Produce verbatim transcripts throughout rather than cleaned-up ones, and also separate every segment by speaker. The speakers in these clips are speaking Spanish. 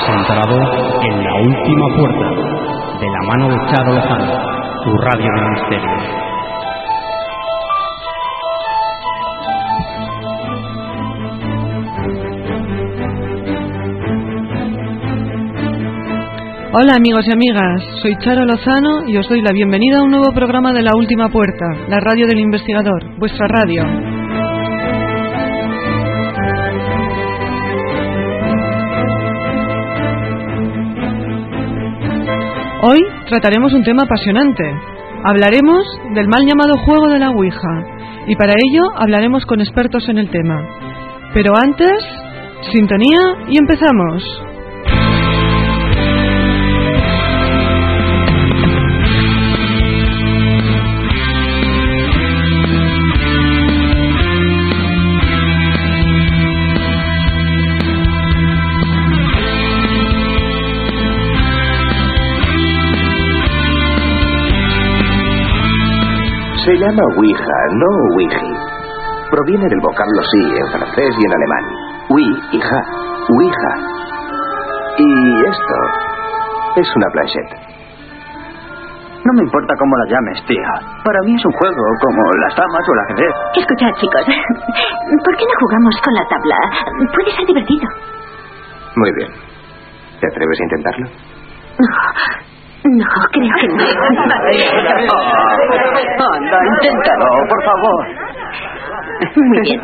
Speaker 1: Has entrado en la última puerta, de la mano de Charo Lozano, tu radio de misterio.
Speaker 2: Hola amigos y amigas, soy Charo Lozano y os doy la bienvenida a un nuevo programa de La Última Puerta, la radio del investigador, vuestra radio. Hoy trataremos un tema apasionante. Hablaremos del mal llamado juego de la Ouija y para ello hablaremos con expertos en el tema. Pero antes, sintonía y empezamos.
Speaker 3: Se llama Ouija, no Ouija. Proviene del vocablo sí en francés y en alemán. Oui, hija, Ouija. Y esto es una planchette.
Speaker 4: No me importa cómo la llames, tía. Para mí es un juego como las damas o el ajedrez.
Speaker 5: Escuchad, chicos. ¿Por qué no jugamos con la tabla? Puede ser divertido.
Speaker 3: Muy bien. ¿Te atreves a intentarlo?
Speaker 5: No. No, creo que no.
Speaker 4: Oh, anda, inténtalo, por favor.
Speaker 5: Muy bien.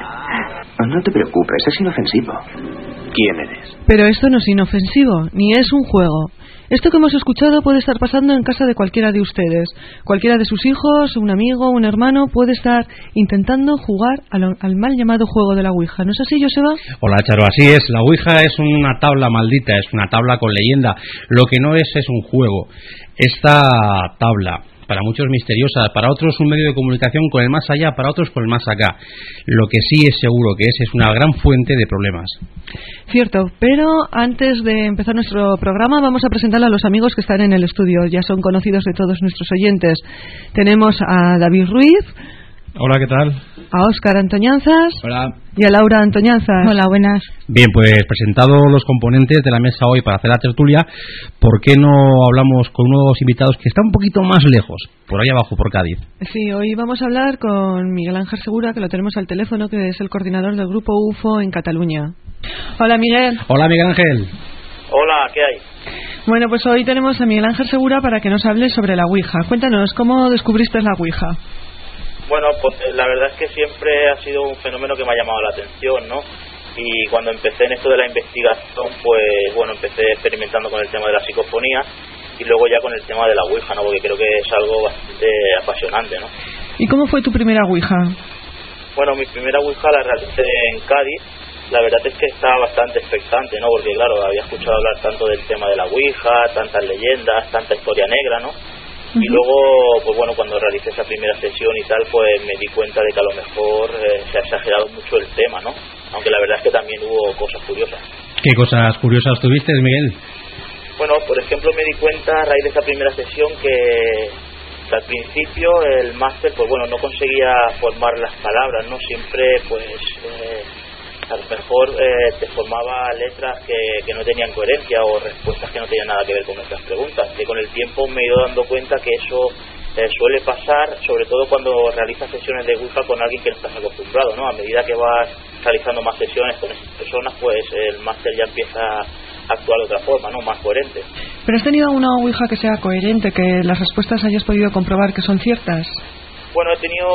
Speaker 3: No te preocupes, es inofensivo. ¿Quién eres?
Speaker 2: Pero esto no es inofensivo, ni es un juego. Esto que hemos escuchado puede estar pasando en casa de cualquiera de ustedes. Cualquiera de sus hijos, un amigo, un hermano puede estar intentando jugar al, al mal llamado juego de la Ouija. ¿No es así, Joseba?
Speaker 1: Hola, Charo, así es. La Ouija es una tabla maldita, es una tabla con leyenda. Lo que no es es un juego. Esta tabla, para muchos misteriosa, para otros un medio de comunicación con el más allá, para otros con el más acá. Lo que sí es seguro que es, es una gran fuente de problemas.
Speaker 2: Cierto, pero antes de empezar nuestro programa vamos a presentar a los amigos que están en el estudio. Ya son conocidos de todos nuestros oyentes. Tenemos a David Ruiz.
Speaker 6: Hola, ¿qué tal?
Speaker 2: A Óscar Antoñanzas.
Speaker 6: Hola.
Speaker 2: Y a Laura Antoñanzas.
Speaker 7: Hola, buenas.
Speaker 1: Bien, pues presentados los componentes de la mesa hoy para hacer la tertulia, ¿por qué no hablamos con unos invitados que están un poquito más lejos, por ahí abajo, por Cádiz?
Speaker 2: Sí, hoy vamos a hablar con Miguel Ángel Segura, que lo tenemos al teléfono, que es el coordinador del grupo U F O en Cataluña. Hola, Miguel.
Speaker 1: Hola, Miguel Ángel.
Speaker 8: Hola, ¿qué hay?
Speaker 2: Bueno, pues hoy tenemos a Miguel Ángel Segura para que nos hable sobre la Ouija. Cuéntanos, ¿cómo descubriste la Ouija?
Speaker 8: Bueno, pues la verdad es que siempre ha sido un fenómeno que me ha llamado la atención, ¿no? Y cuando empecé en esto de la investigación, pues bueno, empecé experimentando con el tema de la psicofonía y luego ya con el tema de la Ouija, ¿no? Porque creo que es algo bastante apasionante, ¿no?
Speaker 2: ¿Y cómo fue tu primera Ouija?
Speaker 8: Bueno, mi primera Ouija la realicé en Cádiz. La verdad es que estaba bastante expectante, ¿no? Porque claro, había escuchado hablar tanto del tema de la Ouija, tantas leyendas, tanta historia negra, ¿no? Y luego, pues bueno, cuando realicé esa primera sesión y tal, pues me di cuenta de que a lo mejor eh, se ha exagerado mucho el tema, ¿no? Aunque la verdad es que también hubo cosas curiosas.
Speaker 1: ¿Qué cosas curiosas tuviste, Miguel?
Speaker 8: Bueno, por ejemplo, me di cuenta a raíz de esa primera sesión que, que al principio el máster, pues bueno, no conseguía formar las palabras, ¿no? Siempre, pues... Eh, a lo mejor eh, te formaba letras que, que no tenían coherencia o respuestas que no tenían nada que ver con nuestras preguntas, que con el tiempo me he ido dando cuenta que eso eh, suele pasar, sobre todo cuando realizas sesiones de Ouija con alguien que no estás acostumbrado, ¿no? A medida que vas realizando más sesiones con esas personas, pues el máster ya empieza a actuar de otra forma, ¿no? Más coherente.
Speaker 2: ¿Pero has tenido una Ouija que sea coherente, que las respuestas hayas podido comprobar que son ciertas?
Speaker 8: Bueno, he tenido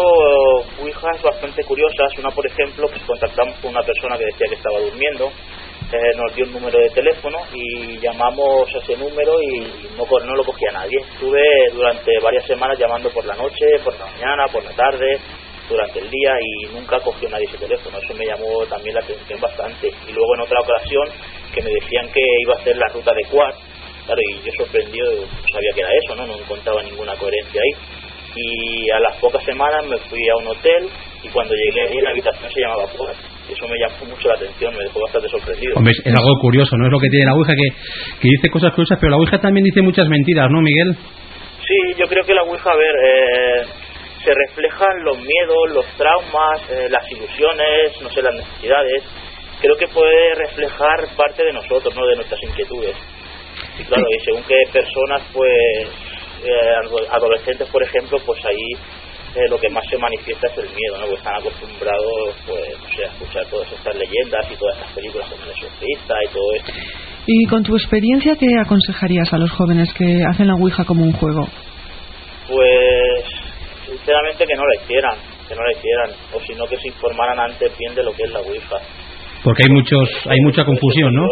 Speaker 8: ouijas bastante curiosas. Una, por ejemplo, pues contactamos con una persona que decía que estaba durmiendo, eh, nos dio un número de teléfono y llamamos a ese número y no, no lo cogía nadie. Estuve durante varias semanas llamando por la noche, por la mañana, por la tarde, durante el día y nunca cogió nadie ese teléfono. Eso me llamó también la atención bastante. Y luego en otra ocasión que me decían que iba a hacer la ruta de Quad, claro, y yo sorprendido, no sabía que era eso, ¿no? No encontraba ninguna coherencia ahí. Y a las pocas semanas me fui a un hotel y cuando llegué ahí la habitación se llamaba Quad. Eso me llamó mucho la atención, me dejó bastante sorprendido.
Speaker 1: Hombre, es algo curioso, ¿no? Es lo que tiene la Ouija, que, que dice cosas curiosas, pero la Ouija también dice muchas mentiras, ¿no, Miguel?
Speaker 8: Sí, yo creo que la Ouija, a ver, eh, se reflejan los miedos, los traumas, eh, las ilusiones, no sé, las necesidades. creo que puede reflejar parte de nosotros, ¿no? De nuestras inquietudes. Y claro, y según qué personas, pues eh, adolescentes, por ejemplo, pues ahí eh, lo que más se manifiesta es el miedo, ¿no? Porque están acostumbrados, pues, no sé, a escuchar todas estas leyendas y todas estas películas como El Exorcista y todo esto.
Speaker 2: Y con tu experiencia, ¿qué aconsejarías a los jóvenes que hacen la Ouija como un juego?
Speaker 8: Pues, sinceramente, que no la hicieran, que no la hicieran, o si no, que se informaran antes bien de lo que es la Ouija.
Speaker 1: Porque hay muchos, hay mucha confusión, ¿no?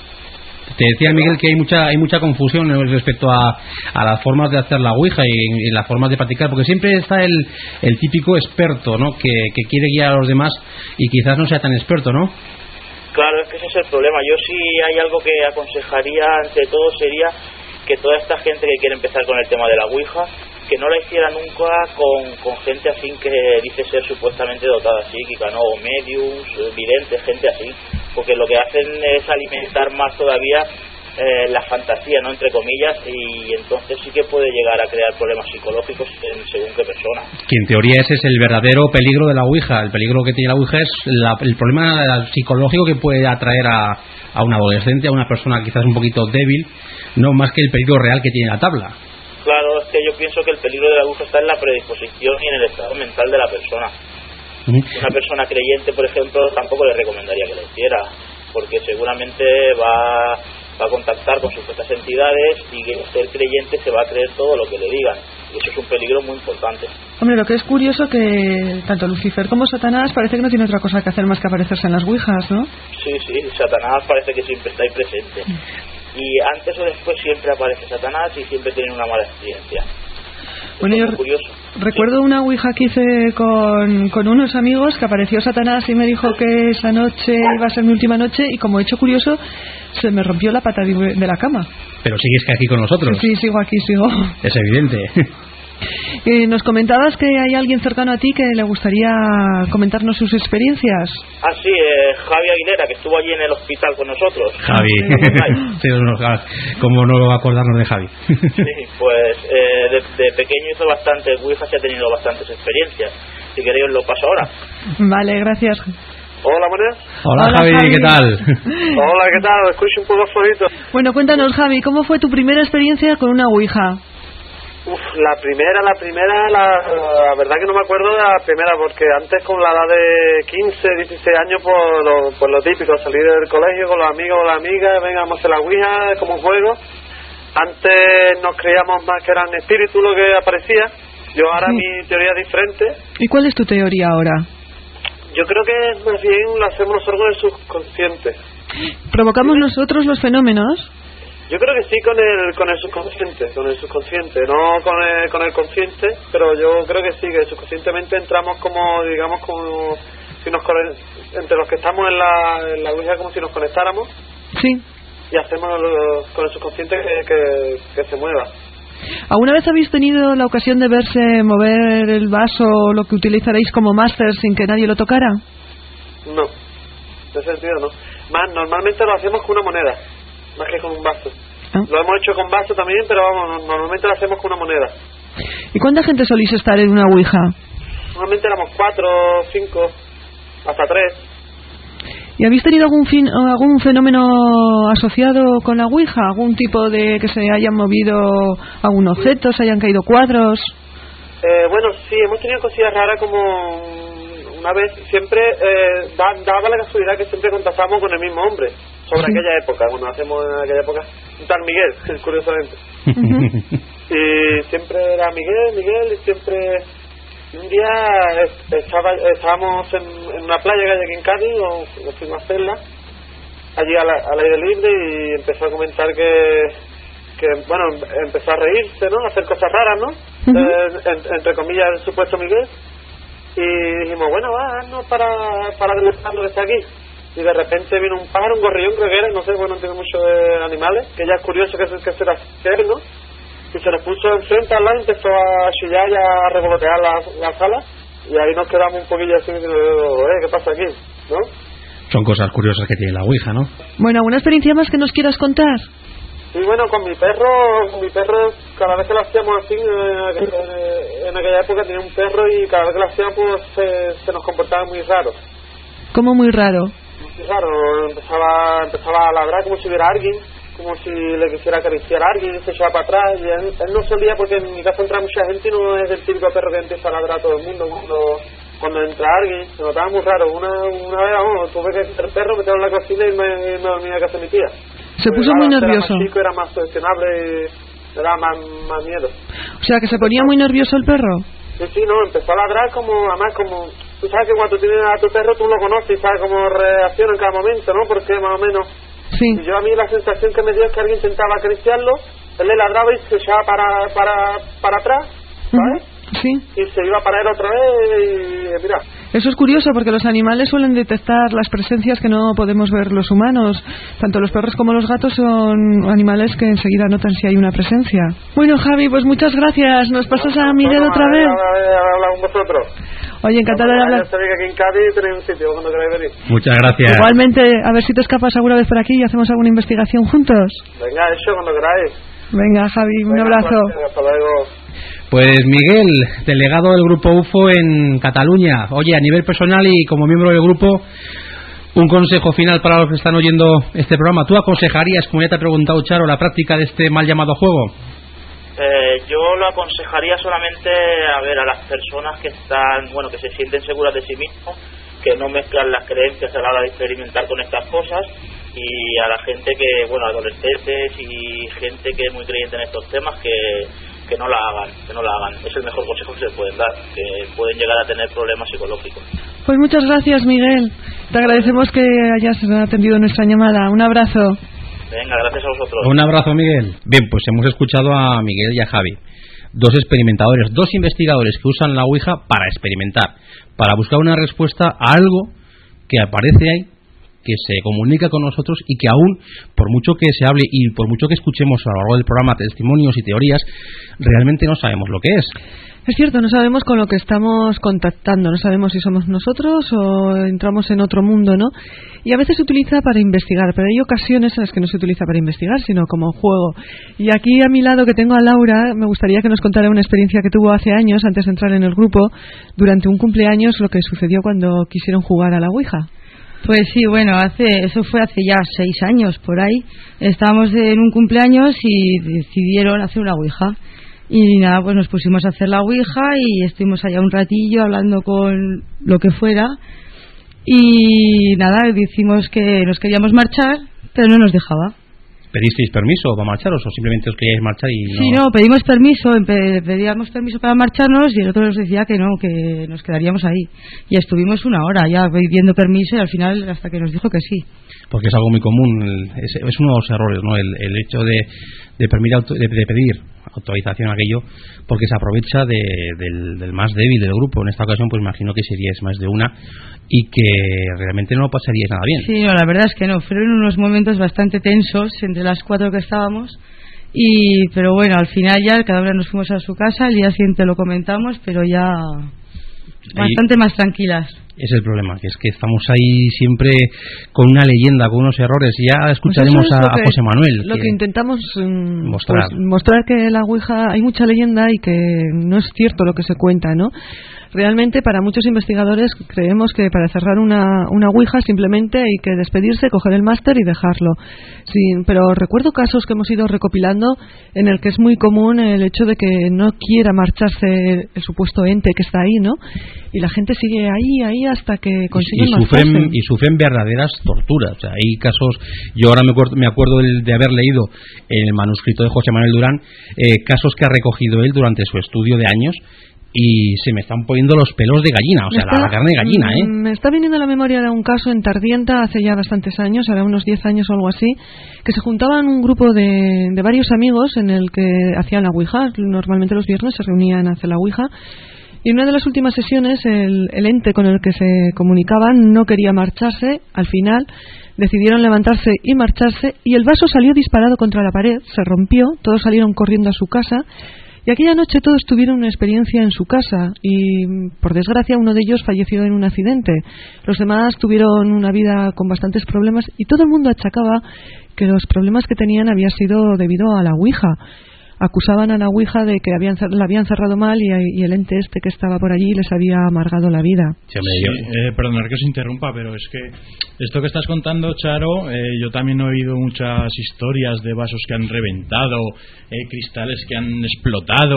Speaker 1: Te decía Miguel que hay mucha hay mucha confusión respecto a, a las formas de hacer la Ouija y, y las formas de practicar, porque siempre está el, el típico experto, ¿no? Que, que quiere guiar a los demás y quizás no sea tan experto, ¿no?
Speaker 8: Claro, es que ese es el problema. Yo sí hay algo que aconsejaría ante todo sería que toda esta gente que quiere empezar con el tema de la Ouija, que no la hiciera nunca con, con gente así que dice ser supuestamente dotada psíquica, ¿no? O mediums, videntes, gente así, porque lo que hacen es alimentar más todavía eh, la fantasía, ¿no? Entre comillas, y entonces sí que puede llegar a crear problemas psicológicos en según qué persona.
Speaker 1: Que en teoría ese es el verdadero peligro de la Ouija. El peligro que tiene la Ouija es la, el problema psicológico que puede atraer a, a un adolescente, a una persona quizás un poquito débil, no más que el peligro real que tiene la tabla.
Speaker 8: Claro, es que yo pienso que el peligro de la Ouija está en la predisposición y en el estado mental de la persona. Uh-huh. Una persona creyente, por ejemplo, tampoco le recomendaría que lo hiciera, porque seguramente va, va a contactar con supuestas entidades y que el ser creyente se va a creer todo lo que le digan. Y eso es un peligro muy importante.
Speaker 2: Hombre, lo que es curioso que tanto Lucifer como Satanás parece que no tiene otra cosa que hacer más que aparecerse en las Ouijas, ¿no?
Speaker 8: Sí, sí, Satanás parece que siempre está ahí presente. Y antes o después siempre aparece Satanás y siempre tienen una mala experiencia.
Speaker 2: Bueno, yo curioso. recuerdo sí. una Ouija que hice con, con unos amigos que apareció Satanás y me dijo que esa noche iba a ser mi última noche y como hecho curioso se me rompió la pata de, de la cama.
Speaker 1: Pero sigues aquí con nosotros.
Speaker 2: Sí, sigo aquí, sigo.
Speaker 1: Es evidente.
Speaker 2: Eh, nos comentabas que hay alguien cercano a ti que le gustaría comentarnos sus experiencias.
Speaker 8: Ah, sí, eh, Javi Aguilera, que estuvo allí en el hospital con nosotros.
Speaker 1: Javi, sí, ¿cómo no acordarnos de Javi?
Speaker 8: Sí, pues eh, de, de pequeño hizo bastante Ouija, se ha tenido bastantes experiencias. Si queréis os lo paso ahora.
Speaker 2: Vale, gracias.
Speaker 6: Hola, buenas.
Speaker 1: Hola, Hola Javi, Javi, ¿qué tal?
Speaker 6: Hola, ¿qué tal? Escucho un poco flojito.
Speaker 2: Bueno, cuéntanos, Javi, ¿cómo fue tu primera experiencia con una Ouija?
Speaker 6: Uf, la primera, la primera, la, la verdad que no me acuerdo de la primera, porque antes con la edad de quince, dieciséis años, pues lo, pues lo típico, salir del colegio con los amigos o las amigas, venga, vamos a hacer la Ouija como un juego. Antes nos creíamos más que eran espíritus lo que aparecía, yo ahora sí. Mi teoría es diferente.
Speaker 2: ¿Y cuál es tu teoría ahora?
Speaker 6: Yo creo que más bien lo hacemos nosotros con el subconsciente.
Speaker 2: ¿Provocamos ¿Sí? nosotros los fenómenos?
Speaker 6: Yo creo que sí con el con el subconsciente, con el subconsciente, no con el, con el consciente, pero yo creo que sí, que subconscientemente entramos como, digamos, como si nos entre los que estamos en la, en la Ouija como si nos conectáramos.
Speaker 2: Sí.
Speaker 6: Y hacemos lo, con el subconsciente que, que, que se mueva.
Speaker 2: ¿Alguna vez habéis tenido la ocasión de verse mover el vaso o lo que utilizaréis como máster sin que nadie lo tocara?
Speaker 6: No, en ese sentido no. Más, normalmente lo hacemos con una moneda, más que con un vaso. ¿Ah? Lo hemos hecho con vaso también, pero vamos, normalmente lo hacemos con una moneda.
Speaker 2: ¿Y cuánta gente solís estar en una Ouija?
Speaker 6: Normalmente éramos cuatro, cinco, hasta tres.
Speaker 2: ¿Y habéis tenido algún fin, algún fenómeno asociado con la Ouija? ¿Algún tipo de que se hayan movido algún objeto, se hayan caído cuadros?
Speaker 6: Eh, bueno, sí, hemos tenido cosillas raras como una vez, siempre eh, da, daba la casualidad que siempre contactamos con el mismo hombre sobre ¿Sí? aquella época, cuando hacemos en aquella época, un tal Miguel, curiosamente. Uh-huh. Y siempre era Miguel, Miguel, y siempre... Un día estaba, estábamos en, en una playa que hay aquí en Cádiz, nos, nos fuimos a hacerla, allí al, al aire libre, y empezó a comentar que, que, bueno, empezó a reírse, ¿no? A hacer cosas raras, ¿no? Uh-huh. eh, en, entre comillas, el supuesto Miguel. Y dijimos, bueno, va, haznos para, para demostrar lo que está aquí. Y de repente vino un pájaro, un gorrión, creo que era, no sé, bueno, no entiendo mucho de animales, que ya es curioso que, que será hacer, ¿no? Y se nos puso enfrente al lado y empezó a chillar y a revolotear la, la sala, y ahí nos quedamos un poquillo así, eh, ¿qué pasa aquí? ¿No?
Speaker 1: Son cosas curiosas que tiene la Ouija, ¿no?
Speaker 2: Bueno, ¿alguna experiencia más que nos quieras contar?
Speaker 6: Sí, bueno, con mi perro, con mi perro, cada vez que lo hacíamos así, eh, en aquella época tenía un perro y cada vez que lo hacíamos pues, se, se nos comportaba muy raro.
Speaker 2: ¿Cómo muy raro?
Speaker 6: Claro, empezaba, empezaba a ladrar como si hubiera alguien, como si le quisiera acariciar a alguien, se echaba para atrás, y él, él no solía, porque en mi casa entra mucha gente y no es el típico perro que empieza a ladrar a todo el mundo cuando, cuando entra alguien, se notaba muy raro. Una, una vez, vamos, tuve que quitar el perro, meterlo en la cocina y me, y me dormí a casa de mi tía.
Speaker 2: Se puso muy nervioso.
Speaker 6: Era más chico, era más sugestionable y me daba más, más miedo.
Speaker 2: O sea, que se ponía muy nervioso el perro.
Speaker 6: Sí, sí, no, empezó a ladrar como, además como, tú sabes que cuando tienes a tu perro tú lo conoces y sabes cómo reacciona en cada momento, ¿no? Porque más o menos,
Speaker 2: sí.
Speaker 6: Y yo a mí la sensación que me dio es que alguien intentaba acariciarlo, él le ladraba y se echaba para, para, para atrás, ¿sabes?
Speaker 2: Uh-huh. Sí.
Speaker 6: Y se iba para él otra vez y mira.
Speaker 2: Eso es curioso porque los animales suelen detectar las presencias que no podemos ver los humanos. Tanto los perros como los gatos son animales que enseguida notan si hay una presencia. Bueno, Javi, pues muchas gracias. ¿Nos pasas a Miguel
Speaker 6: no,
Speaker 2: otra
Speaker 6: a
Speaker 2: vez?
Speaker 6: Hablar con vosotros.
Speaker 2: Oye, encantado de hablar.
Speaker 6: Ya sabéis que aquí en Cádiz tenéis un sitio cuando queráis venir.
Speaker 1: Muchas gracias.
Speaker 2: Igualmente, a ver si te escapas alguna vez por aquí y hacemos alguna investigación juntos.
Speaker 6: Venga, eso cuando queráis.
Speaker 2: Venga, Javi, un
Speaker 6: Venga,
Speaker 2: abrazo.
Speaker 6: Gracias, hasta luego.
Speaker 1: Pues Miguel, delegado del Grupo U F O en Cataluña. Oye, a nivel personal y como miembro del grupo, un consejo final para los que están oyendo este programa. ¿Tú aconsejarías, como ya te ha preguntado Charo, la práctica de este mal llamado juego?
Speaker 8: Eh, yo lo aconsejaría solamente a ver a las personas que están, bueno, que se sienten seguras de sí mismos, que no mezclan las creencias a la hora de experimentar con estas cosas, y a la gente que, bueno, adolescentes y gente que es muy creyente en estos temas, que que no la hagan, que no la hagan. Es el mejor consejo que se pueden dar, que pueden llegar a tener problemas psicológicos.
Speaker 2: Pues muchas gracias, Miguel. Te agradecemos que hayas atendido nuestra llamada. Un abrazo.
Speaker 8: Venga, gracias a vosotros.
Speaker 1: Un abrazo, Miguel. Bien, pues hemos escuchado a Miguel y a Javi, dos experimentadores, dos investigadores que usan la Ouija para experimentar, para buscar una respuesta a algo que aparece ahí, que se comunica con nosotros y que aún, por mucho que se hable y por mucho que escuchemos a lo largo del programa testimonios y teorías, realmente no sabemos lo que es.
Speaker 2: Es cierto, no sabemos con lo que estamos contactando, no sabemos si somos nosotros o entramos en otro mundo, ¿no? Y a veces se utiliza para investigar, pero hay ocasiones en las que no se utiliza para investigar, sino como juego. Y aquí a mi lado que tengo a Laura, me gustaría que nos contara una experiencia que tuvo hace años, antes de entrar en el grupo, durante un cumpleaños, lo que sucedió cuando quisieron jugar a la Ouija.
Speaker 7: Pues sí, bueno, hace eso fue hace ya seis años, por ahí. Estábamos en un cumpleaños y decidieron hacer una Ouija. Y nada, pues nos pusimos a hacer la Ouija y estuvimos allá un ratillo hablando con lo que fuera. Y nada, decimos que nos queríamos marchar, pero no nos dejaba.
Speaker 1: ¿Pedisteis permiso para marcharos o simplemente os queríais marchar y no?
Speaker 7: Sí, no, pedimos permiso, pedíamos permiso para marcharnos y el otro nos decía que no, que nos quedaríamos ahí. Y estuvimos una hora ya pidiendo permiso y al final hasta que nos dijo que sí.
Speaker 1: Porque es algo muy común, es, es uno de los errores, ¿no? El, el hecho de, de, permitir auto, de, de pedir autorización a aquello, porque se aprovecha de, del, del más débil del grupo. En esta ocasión, pues imagino que seríais más de una y que realmente no pasaríais nada bien.
Speaker 7: Sí, no, la verdad es que no, fueron unos momentos bastante tensos entre las cuatro que estábamos. Y pero bueno, al final ya cada una nos fuimos a su casa, el día siguiente lo comentamos, pero ya bastante ahí, más tranquilas.
Speaker 1: Es el problema, que es que estamos ahí siempre con una leyenda, con unos errores. Ya escucharemos pues a, que, a José Manuel.
Speaker 2: Lo que, que intentamos um,
Speaker 1: mostrar.
Speaker 2: Pues, mostrar que la Ouija hay mucha leyenda y que no es cierto lo que se cuenta, ¿no? Realmente para muchos investigadores creemos que para cerrar una, una Ouija simplemente hay que despedirse, coger el máster y dejarlo. Sí, pero recuerdo casos que hemos ido recopilando en el que es muy común el hecho de que no quiera marcharse el supuesto ente que está ahí, ¿no? Y la gente sigue ahí, ahí hasta que consiguen
Speaker 1: y, y sufren y sufren verdaderas torturas. O sea, hay casos, yo ahora me acuerdo, me acuerdo de haber leído en el manuscrito de José Manuel Durán eh, casos que ha recogido él durante su estudio de años. Y se me están poniendo los pelos de gallina, o sea, está, la carne de gallina, ¿eh?
Speaker 2: Me está viniendo a la memoria de un caso en Tardienta hace ya bastantes años, ahora unos diez años o algo así, que se juntaban un grupo de, de varios amigos en el que hacían la Ouija. Normalmente los viernes se reunían a hacer la Ouija. Y en una de las últimas sesiones, el, el ente con el que se comunicaban no quería marcharse. Al final decidieron levantarse y marcharse, y el vaso salió disparado contra la pared, se rompió, todos salieron corriendo a su casa. Y aquella noche todos tuvieron una experiencia en su casa y, por desgracia, uno de ellos falleció en un accidente. Los demás tuvieron una vida con bastantes problemas y todo el mundo achacaba que los problemas que tenían había sido debido a la Ouija. acusaban a la Ouija de que habían, la habían cerrado mal y, y el ente este que estaba por allí les había amargado la vida.
Speaker 9: Sí, eh, perdonad que os interrumpa, pero es que esto que estás contando, Charo, eh, yo también he oído muchas historias de vasos que han reventado, eh, cristales que han explotado,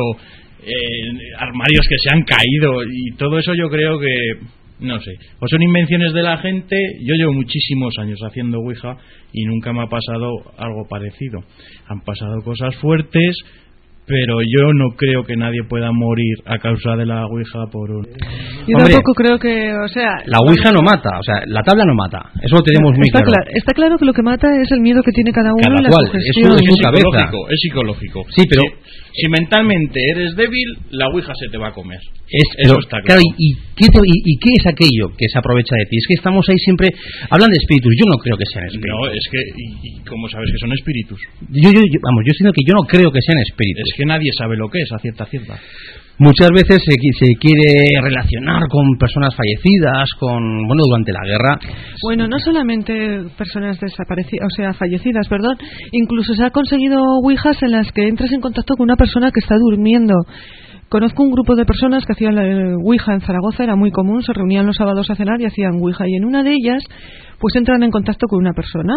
Speaker 9: eh, armarios que se han caído, y todo eso yo creo que, no sé, o son invenciones de la gente. Yo llevo muchísimos años haciendo Ouija y nunca me ha pasado algo parecido. Han pasado cosas fuertes, pero yo no creo que nadie pueda morir a causa de la Ouija por un...
Speaker 2: Yo
Speaker 1: Hombre,
Speaker 2: tampoco creo que, o sea...
Speaker 1: La Ouija no mata, o sea, la tabla no mata. Eso lo tenemos muy
Speaker 2: está
Speaker 1: claro.
Speaker 2: claro. Está claro que lo que mata es el miedo que tiene cada uno
Speaker 1: Cada
Speaker 2: y la
Speaker 1: cual,
Speaker 2: sugestión.
Speaker 1: eso es su
Speaker 9: es
Speaker 1: cabeza.
Speaker 9: psicológico, es psicológico.
Speaker 1: Sí, pero...
Speaker 9: Si, si mentalmente eres débil, la Ouija se te va a comer.
Speaker 1: Es,
Speaker 9: Eso
Speaker 1: pero,
Speaker 9: está claro.
Speaker 1: claro, ¿y, y, qué te- y- y qué es aquello que se aprovecha de ti? Es que estamos ahí siempre... Hablan de espíritus, yo no creo que sean espíritus.
Speaker 9: No, es que, y, y ¿cómo sabes que son espíritus?
Speaker 1: Yo, yo, yo- vamos, yo estoy diciendo que yo no creo que sean espíritus.
Speaker 9: Es que nadie sabe lo que es, a cierta cierta.
Speaker 1: Muchas veces se, qui- se quiere relacionar con personas fallecidas, con, bueno, durante la guerra.
Speaker 2: Bueno, no solamente personas desaparecidas, o sea, fallecidas, perdón, incluso se ha conseguido ouijas en las que entras en contacto con una persona que está durmiendo. Conozco un grupo de personas que hacían la ouija en Zaragoza, era muy común, se reunían los sábados a cenar y hacían ouija, y en una de ellas pues entran en contacto con una persona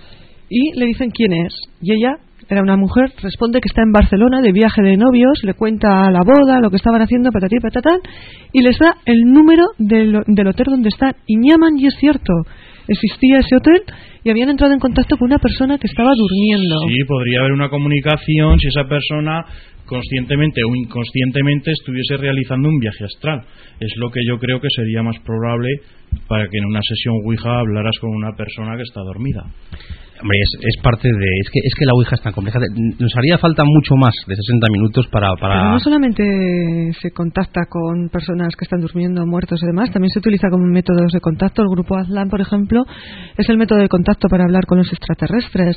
Speaker 2: y le dicen quién es, y ella era una mujer, responde que está en Barcelona de viaje de novios, le cuenta la boda, lo que estaban haciendo, patatí, patatán, y les da el número del, del hotel donde están, y llaman, y es cierto, existía ese hotel y habían entrado en contacto con una persona que estaba durmiendo.
Speaker 9: Sí, podría haber una comunicación si esa persona conscientemente o inconscientemente estuviese realizando un viaje astral. Es lo que yo creo que sería más probable para que en una sesión Ouija hablaras con una persona que está dormida.
Speaker 1: Hombre, es, es parte de... Es que, es que la Ouija es tan compleja. Nos haría falta mucho más de sesenta minutos para... para...
Speaker 2: Pero no solamente se contacta con personas que están durmiendo, muertos y demás, también se utiliza como métodos de contacto. El grupo Aztlán, por ejemplo, es el método de contacto para hablar con los extraterrestres.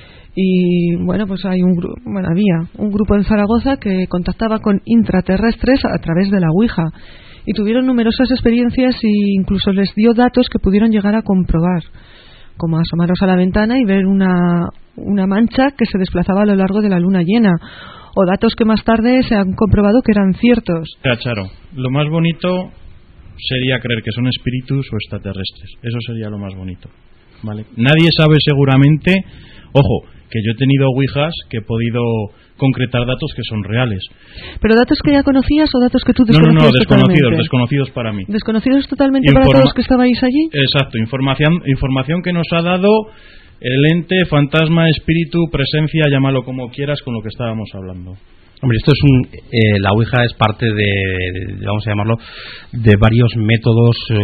Speaker 2: Y bueno, pues hay un gru- bueno, había un grupo en Zaragoza que contactaba con intraterrestres a través de la Ouija. Y tuvieron numerosas experiencias e incluso les dio datos que pudieron llegar a comprobar, como asomaros a la ventana y ver una, una mancha que se desplazaba a lo largo de la luna llena, o datos que más tarde se han comprobado que eran ciertos.
Speaker 9: Ya, Charo, lo más bonito sería creer que son espíritus o extraterrestres. Eso sería lo más bonito, ¿vale? Nadie sabe seguramente, ojo, que yo he tenido ouijas que he podido concretar datos que son reales.
Speaker 2: ¿Pero datos que ya conocías o datos que tú
Speaker 9: No, no,
Speaker 2: desconocías
Speaker 9: no, desconocidos,
Speaker 2: totalmente?
Speaker 9: desconocidos para mí.
Speaker 2: ¿Desconocidos totalmente
Speaker 9: Informa-
Speaker 2: para todos que estabais allí?
Speaker 9: Exacto, información, información que nos ha dado el ente, fantasma, espíritu, presencia, llámalo como quieras, con lo que estábamos hablando.
Speaker 1: Hombre, esto es un... Eh, la Ouija es parte de, de, vamos a llamarlo, de varios métodos, eh,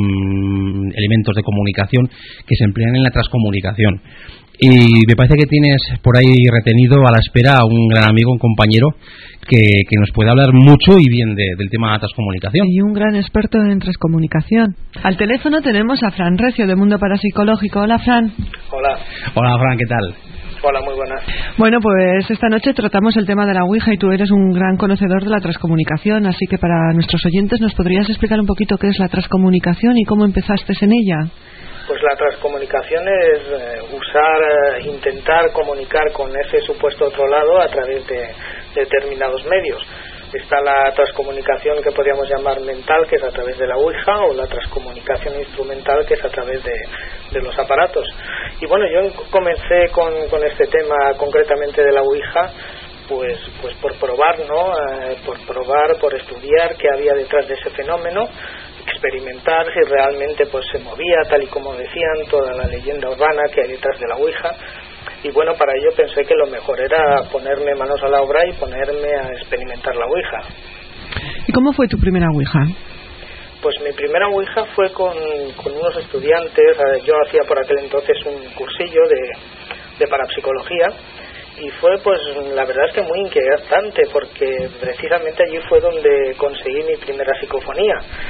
Speaker 1: mm, elementos de comunicación que se emplean en la transcomunicación. Y me parece que tienes por ahí retenido a la espera a un gran amigo, un compañero, que, que nos puede hablar mucho y bien de, del tema de la transcomunicación.
Speaker 2: Y un gran experto en transcomunicación. Al teléfono tenemos a Fran Recio, de Mundo Parapsicológico. Hola, Fran.
Speaker 6: Hola.
Speaker 1: Hola, Fran, ¿qué tal?
Speaker 6: Hola, muy buenas.
Speaker 2: Bueno, pues esta noche tratamos el tema de la Ouija y tú eres un gran conocedor de la transcomunicación, así que para nuestros oyentes, ¿nos podrías explicar un poquito qué es la transcomunicación y cómo empezaste en ella?
Speaker 10: Pues la transcomunicación es eh, usar, eh, intentar comunicar con ese supuesto otro lado a través de, de determinados medios. Está la transcomunicación que podríamos llamar mental, que es a través de la Ouija, o la transcomunicación instrumental, que es a través de, de los aparatos. Y bueno, yo comencé con, con este tema concretamente de la Ouija, pues pues por probar, ¿no? Eh, por probar, por estudiar qué había detrás de ese fenómeno, experimentar si realmente pues se movía tal y como decían, toda la leyenda urbana que hay detrás de la Ouija. Y bueno, para ello pensé que lo mejor era ponerme manos a la obra y ponerme a experimentar la Ouija.
Speaker 2: ¿Y cómo fue tu primera Ouija?
Speaker 10: Pues mi primera Ouija fue con, con unos estudiantes. Yo hacía por aquel entonces un cursillo de, de parapsicología, y fue, pues la verdad es que muy inquietante, porque precisamente allí fue donde conseguí mi primera psicofonía.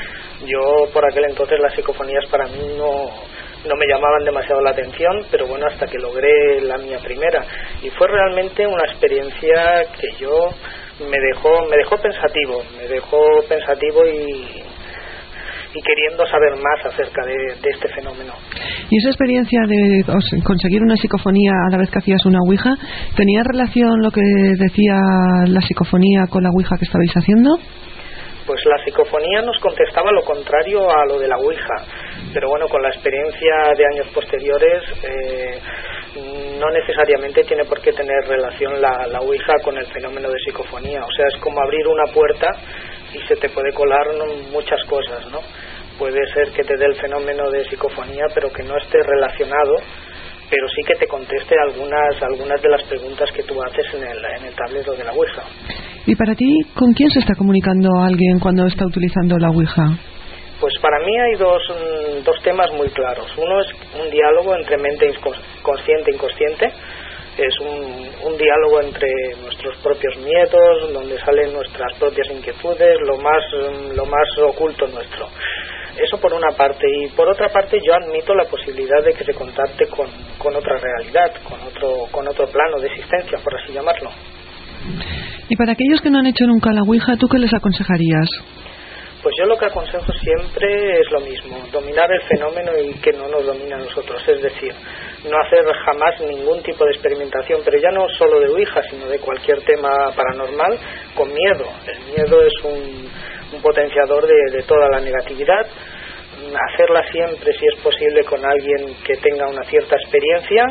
Speaker 10: Yo por aquel entonces las psicofonías para mí no, no me llamaban demasiado la atención, pero bueno, hasta que logré la mía primera, y fue realmente una experiencia que yo me dejó me dejó pensativo, me dejó pensativo y y queriendo saber más acerca de, de este fenómeno.
Speaker 2: ¿Y esa experiencia de conseguir una psicofonía a la vez que hacías una ouija, tenía relación lo que decía la psicofonía con la ouija que estabais haciendo?
Speaker 10: Pues la psicofonía nos contestaba lo contrario a lo de la ouija, pero bueno, con la experiencia de años posteriores eh, no necesariamente tiene por qué tener relación la, la ouija con el fenómeno de psicofonía. O sea, es como abrir una puerta y se te puede colar muchas cosas, ¿no? Puede ser que te dé el fenómeno de psicofonía, pero que no esté relacionado, pero sí que te conteste algunas algunas de las preguntas que tú haces en el, en el tablero de la ouija.
Speaker 2: ¿Y para ti, con quién se está comunicando alguien cuando está utilizando la ouija?
Speaker 10: Pues para mí hay dos, dos temas muy claros. Uno es un diálogo entre mente consciente e inconsciente. Es un, un diálogo entre nuestros propios miedos, donde salen nuestras propias inquietudes, lo más, lo más oculto nuestro. Eso por una parte. Y por otra parte yo admito la posibilidad de que se contacte con, con otra realidad, con otro, con otro plano de existencia, por así llamarlo.
Speaker 2: Y para aquellos que no han hecho nunca la ouija, ¿tú qué les aconsejarías?
Speaker 10: Pues yo lo que aconsejo siempre es lo mismo, dominar el fenómeno y que no nos domine a nosotros, es decir, no hacer jamás ningún tipo de experimentación, pero ya no solo de ouija, sino de cualquier tema paranormal, con miedo. El miedo es un, un potenciador de, de toda la negatividad. Hacerla siempre, si es posible, con alguien que tenga una cierta experiencia.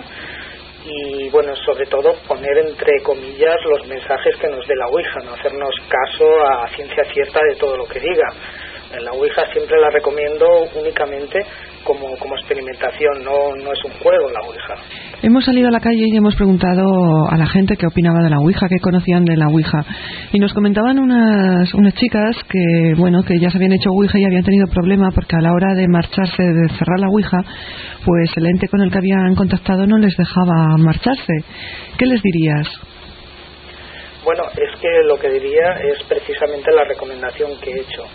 Speaker 10: Y bueno, sobre todo poner entre comillas los mensajes que nos dé la ouija, no hacernos caso a ciencia cierta de todo lo que diga. La ouija siempre la recomiendo únicamente como, como experimentación, no, no es un juego la ouija.
Speaker 2: Hemos salido a la calle y hemos preguntado a la gente qué opinaba de la ouija, qué conocían de la ouija, y nos comentaban unas, unas chicas que bueno que ya se habían hecho ouija y habían tenido problema porque a la hora de marcharse, de cerrar la ouija, pues el ente con el que habían contactado no les dejaba marcharse. ¿Qué les dirías?
Speaker 10: Bueno, es que lo que diría es precisamente la recomendación que he hecho.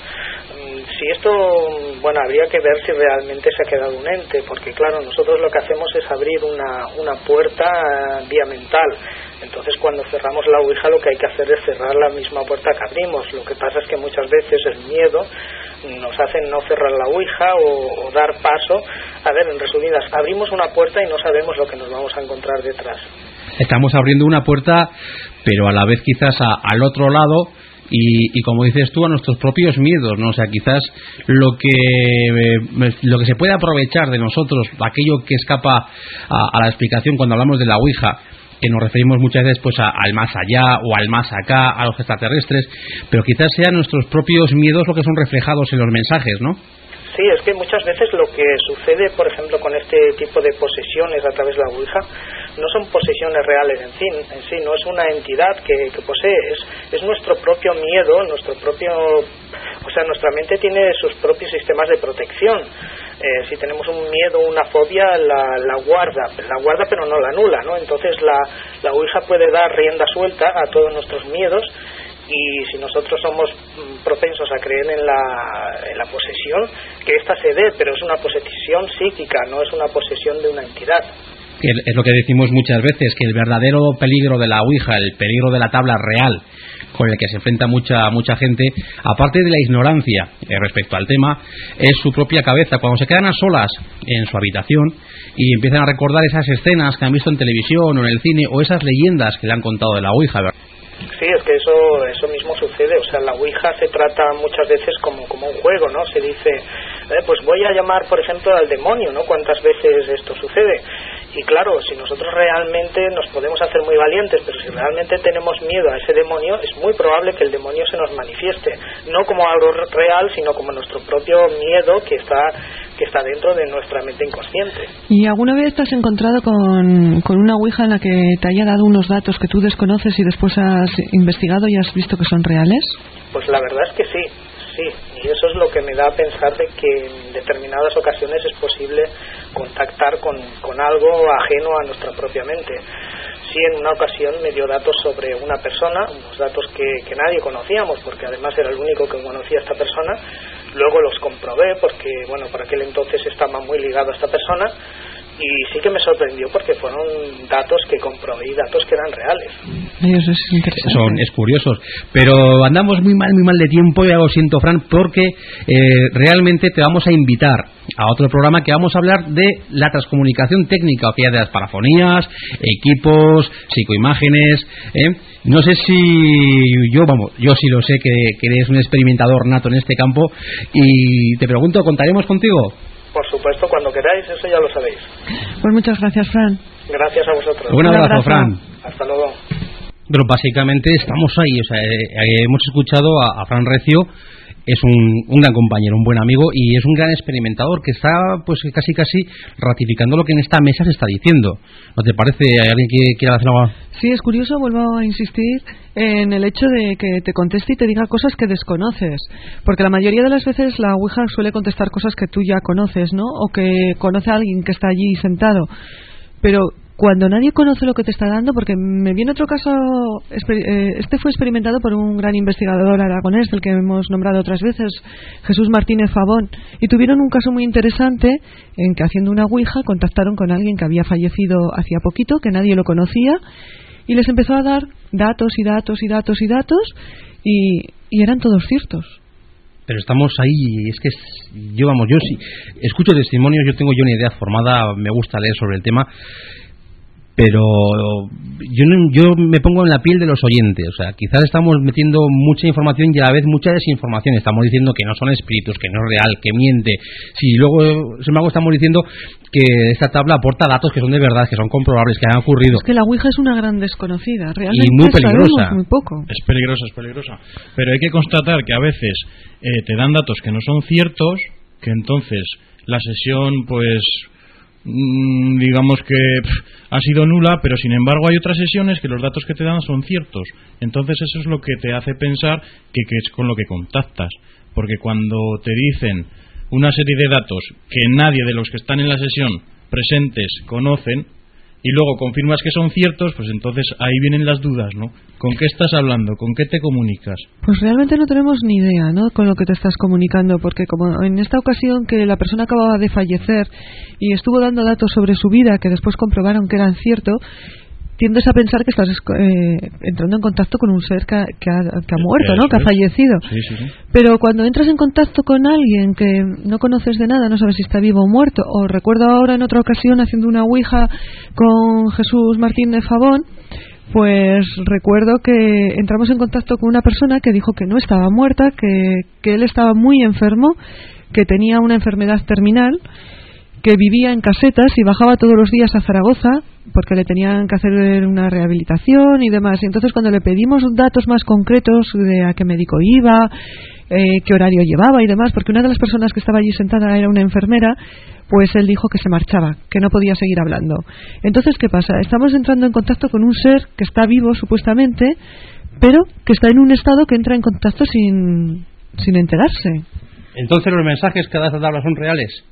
Speaker 10: Si esto, bueno, habría que ver si realmente se ha quedado un ente, porque claro, nosotros lo que hacemos es abrir una, una puerta vía mental. Entonces cuando cerramos la ouija lo que hay que hacer es cerrar la misma puerta que abrimos. Lo que pasa es que muchas veces el miedo nos hace no cerrar la ouija o, o dar paso. A ver, en resumidas, abrimos una puerta y no sabemos lo que nos vamos a encontrar detrás.
Speaker 1: Estamos abriendo una puerta, pero a la vez quizás a, al otro lado, y, y como dices tú, a nuestros propios miedos, ¿no? O sea, quizás lo que eh, lo que se puede aprovechar de nosotros, aquello que escapa a, a la explicación cuando hablamos de la ouija, que nos referimos muchas veces pues a, al más allá o al más acá, a los extraterrestres, pero quizás sean nuestros propios miedos lo que son reflejados en los mensajes, ¿no?
Speaker 10: Sí, es que muchas veces lo que sucede, por ejemplo, con este tipo de posesiones a través de la ouija, no son posesiones reales en sí, en sí no es una entidad que, que posee, es, es nuestro propio miedo, nuestro propio, o sea, nuestra mente tiene sus propios sistemas de protección. Eh, si tenemos un miedo, una fobia, la, la guarda, la guarda pero no la anula, ¿no? Entonces la, la ouija puede dar rienda suelta a todos nuestros miedos. Y si nosotros somos propensos a creer en la, en la posesión, que ésta se dé, pero es una posesión psíquica, no es una posesión de una entidad.
Speaker 1: Es lo que decimos muchas veces, que el verdadero peligro de la ouija, el peligro de la tabla real, con el que se enfrenta mucha mucha gente, aparte de la ignorancia eh, respecto al tema, es su propia cabeza. Cuando se quedan a solas en su habitación y empiezan a recordar esas escenas que han visto en televisión o en el cine, o esas leyendas que le han contado de la ouija, ¿verdad?
Speaker 10: Sí, es que eso eso mismo sucede. O sea, la ouija se trata muchas veces como, como un juego, ¿no? Se dice, eh, pues voy a llamar, por ejemplo, al demonio, ¿no? ¿Cuántas veces esto sucede? Y claro, si nosotros realmente nos podemos hacer muy valientes, pero si realmente tenemos miedo a ese demonio, es muy probable que el demonio se nos manifieste, no como algo real, sino como nuestro propio miedo que está que está dentro de nuestra mente inconsciente.
Speaker 2: ¿Y alguna vez te has encontrado con, con una ouija en la que te haya dado unos datos que tú desconoces y después has investigado y has visto que son reales?
Speaker 10: Pues la verdad es que sí, sí, y eso es lo que me da a pensar de que en determinadas ocasiones es posible contactar con, con algo ajeno a nuestra propia mente. Sí, en una ocasión me dio datos sobre una persona, unos datos que, que nadie conocíamos, porque además era el único que conocía a esta persona. Luego los comprobé porque, bueno, por aquel entonces estaba muy ligado a esta persona, y sí que me sorprendió porque fueron datos que comprobé y datos que eran reales.
Speaker 2: Eso es interesante.
Speaker 1: Son, es curiosos. Pero andamos muy mal, muy mal de tiempo, ya lo siento, Fran, porque eh, realmente te vamos a invitar a otro programa que vamos a hablar de la transcomunicación técnica, o sea, de las parafonías, equipos, psicoimágenes, ¿eh? No sé si yo, vamos, yo sí lo sé que, que eres un experimentador nato en este campo, y te pregunto, ¿contaremos contigo?
Speaker 10: Por supuesto, cuando queráis, eso ya lo sabéis.
Speaker 2: Pues muchas gracias, Fran.
Speaker 10: Gracias a vosotros.
Speaker 1: Un abrazo, Un abrazo. Fran.
Speaker 10: Hasta luego.
Speaker 1: Pero básicamente estamos ahí, o sea, eh, hemos escuchado a, a Fran Recio. Es un, un gran compañero, un buen amigo, y es un gran experimentador que está pues casi casi ratificando lo que en esta mesa se está diciendo. ¿No te parece? ¿Hay alguien que quiera hacer algo?
Speaker 2: Sí, es curioso, vuelvo a insistir en el hecho de que te conteste y te diga cosas que desconoces, porque la mayoría de las veces la Ouija suele contestar cosas que tú ya conoces, ¿no? O que conoce a alguien que está allí sentado, pero cuando nadie conoce lo que te está dando, porque me viene otro caso, este fue experimentado por un gran investigador aragonés, del que hemos nombrado otras veces, Jesús Martínez Favón, y tuvieron un caso muy interesante en que, haciendo una ouija, contactaron con alguien que había fallecido hacía poquito, que nadie lo conocía, y les empezó a dar datos y datos y datos y datos, y, y eran todos ciertos.
Speaker 1: Pero estamos ahí, es que es, yo vamos, yo sí escucho testimonios, yo tengo yo una idea formada, me gusta leer sobre el tema, pero yo, yo me pongo en la piel de los oyentes. O sea, quizás estamos metiendo mucha información y a la vez mucha desinformación. Estamos diciendo que no son espíritus, que no es real, que miente. Si luego, sin embargo, estamos diciendo que esta tabla aporta datos que son de verdad, que son comprobables, que han ocurrido.
Speaker 2: Es que la Ouija es una gran desconocida, realmente
Speaker 1: y muy peligrosa.
Speaker 2: Muy poco.
Speaker 9: Es peligrosa, es peligrosa. Pero hay que constatar que a veces eh, te dan datos que no son ciertos, que entonces la sesión, pues digamos que pff, ha sido nula, pero sin embargo hay otras sesiones que los datos que te dan son ciertos. Entonces eso es lo que te hace pensar que, que es con lo que contactas, porque cuando te dicen una serie de datos que nadie de los que están en la sesión presentes conocen y luego confirmas que son ciertos, pues entonces ahí vienen las dudas, ¿no? ¿Con qué estás hablando? ¿Con qué te comunicas?
Speaker 2: Pues realmente no tenemos ni idea, ¿no?, con lo que te estás comunicando, porque como en esta ocasión que la persona acababa de fallecer y estuvo dando datos sobre su vida que después comprobaron que eran ciertos, tiendes a pensar que estás eh, entrando en contacto con un ser que ha, que ha, que ha muerto, ¿no?, que ha fallecido.
Speaker 9: Sí, sí, sí.
Speaker 2: Pero cuando entras en contacto con alguien que no conoces de nada, no sabes si está vivo o muerto, o recuerdo ahora en otra ocasión haciendo una ouija con Jesús Martínez Favón, pues recuerdo que entramos en contacto con una persona que dijo que no estaba muerta, que, que él estaba muy enfermo, que tenía una enfermedad terminal, que vivía en casetas y bajaba todos los días a Zaragoza porque le tenían que hacer una rehabilitación y demás. Y entonces cuando le pedimos datos más concretos de a qué médico iba, eh, qué horario llevaba y demás, porque una de las personas que estaba allí sentada era una enfermera, pues él dijo que se marchaba, que no podía seguir hablando. Entonces, ¿qué pasa? Estamos entrando en contacto con un ser que está vivo supuestamente, pero que está en un estado que entra en contacto sin, sin enterarse.
Speaker 1: Entonces, ¿los mensajes que da esta tabla son reales?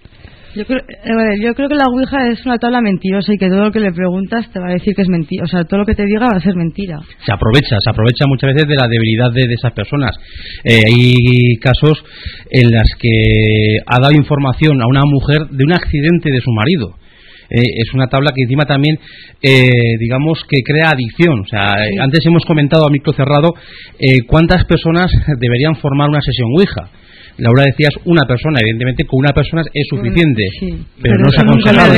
Speaker 7: Yo creo, eh, yo creo que la Ouija es una tabla mentirosa y que todo lo que le preguntas te va a decir que es mentira. O sea, todo lo que te diga va a ser mentira.
Speaker 1: Se aprovecha, se aprovecha muchas veces de la debilidad de, de esas personas. Eh, hay casos en las que ha dado información a una mujer de un accidente de su marido. Eh, es una tabla que encima también, eh, digamos, que crea adicción. O sea, sí. Antes hemos comentado a micro cerrado eh, cuántas personas deberían formar una sesión Ouija. Laura, decías una persona, evidentemente con una persona es suficiente, sí, pero, pero no es aconsejable.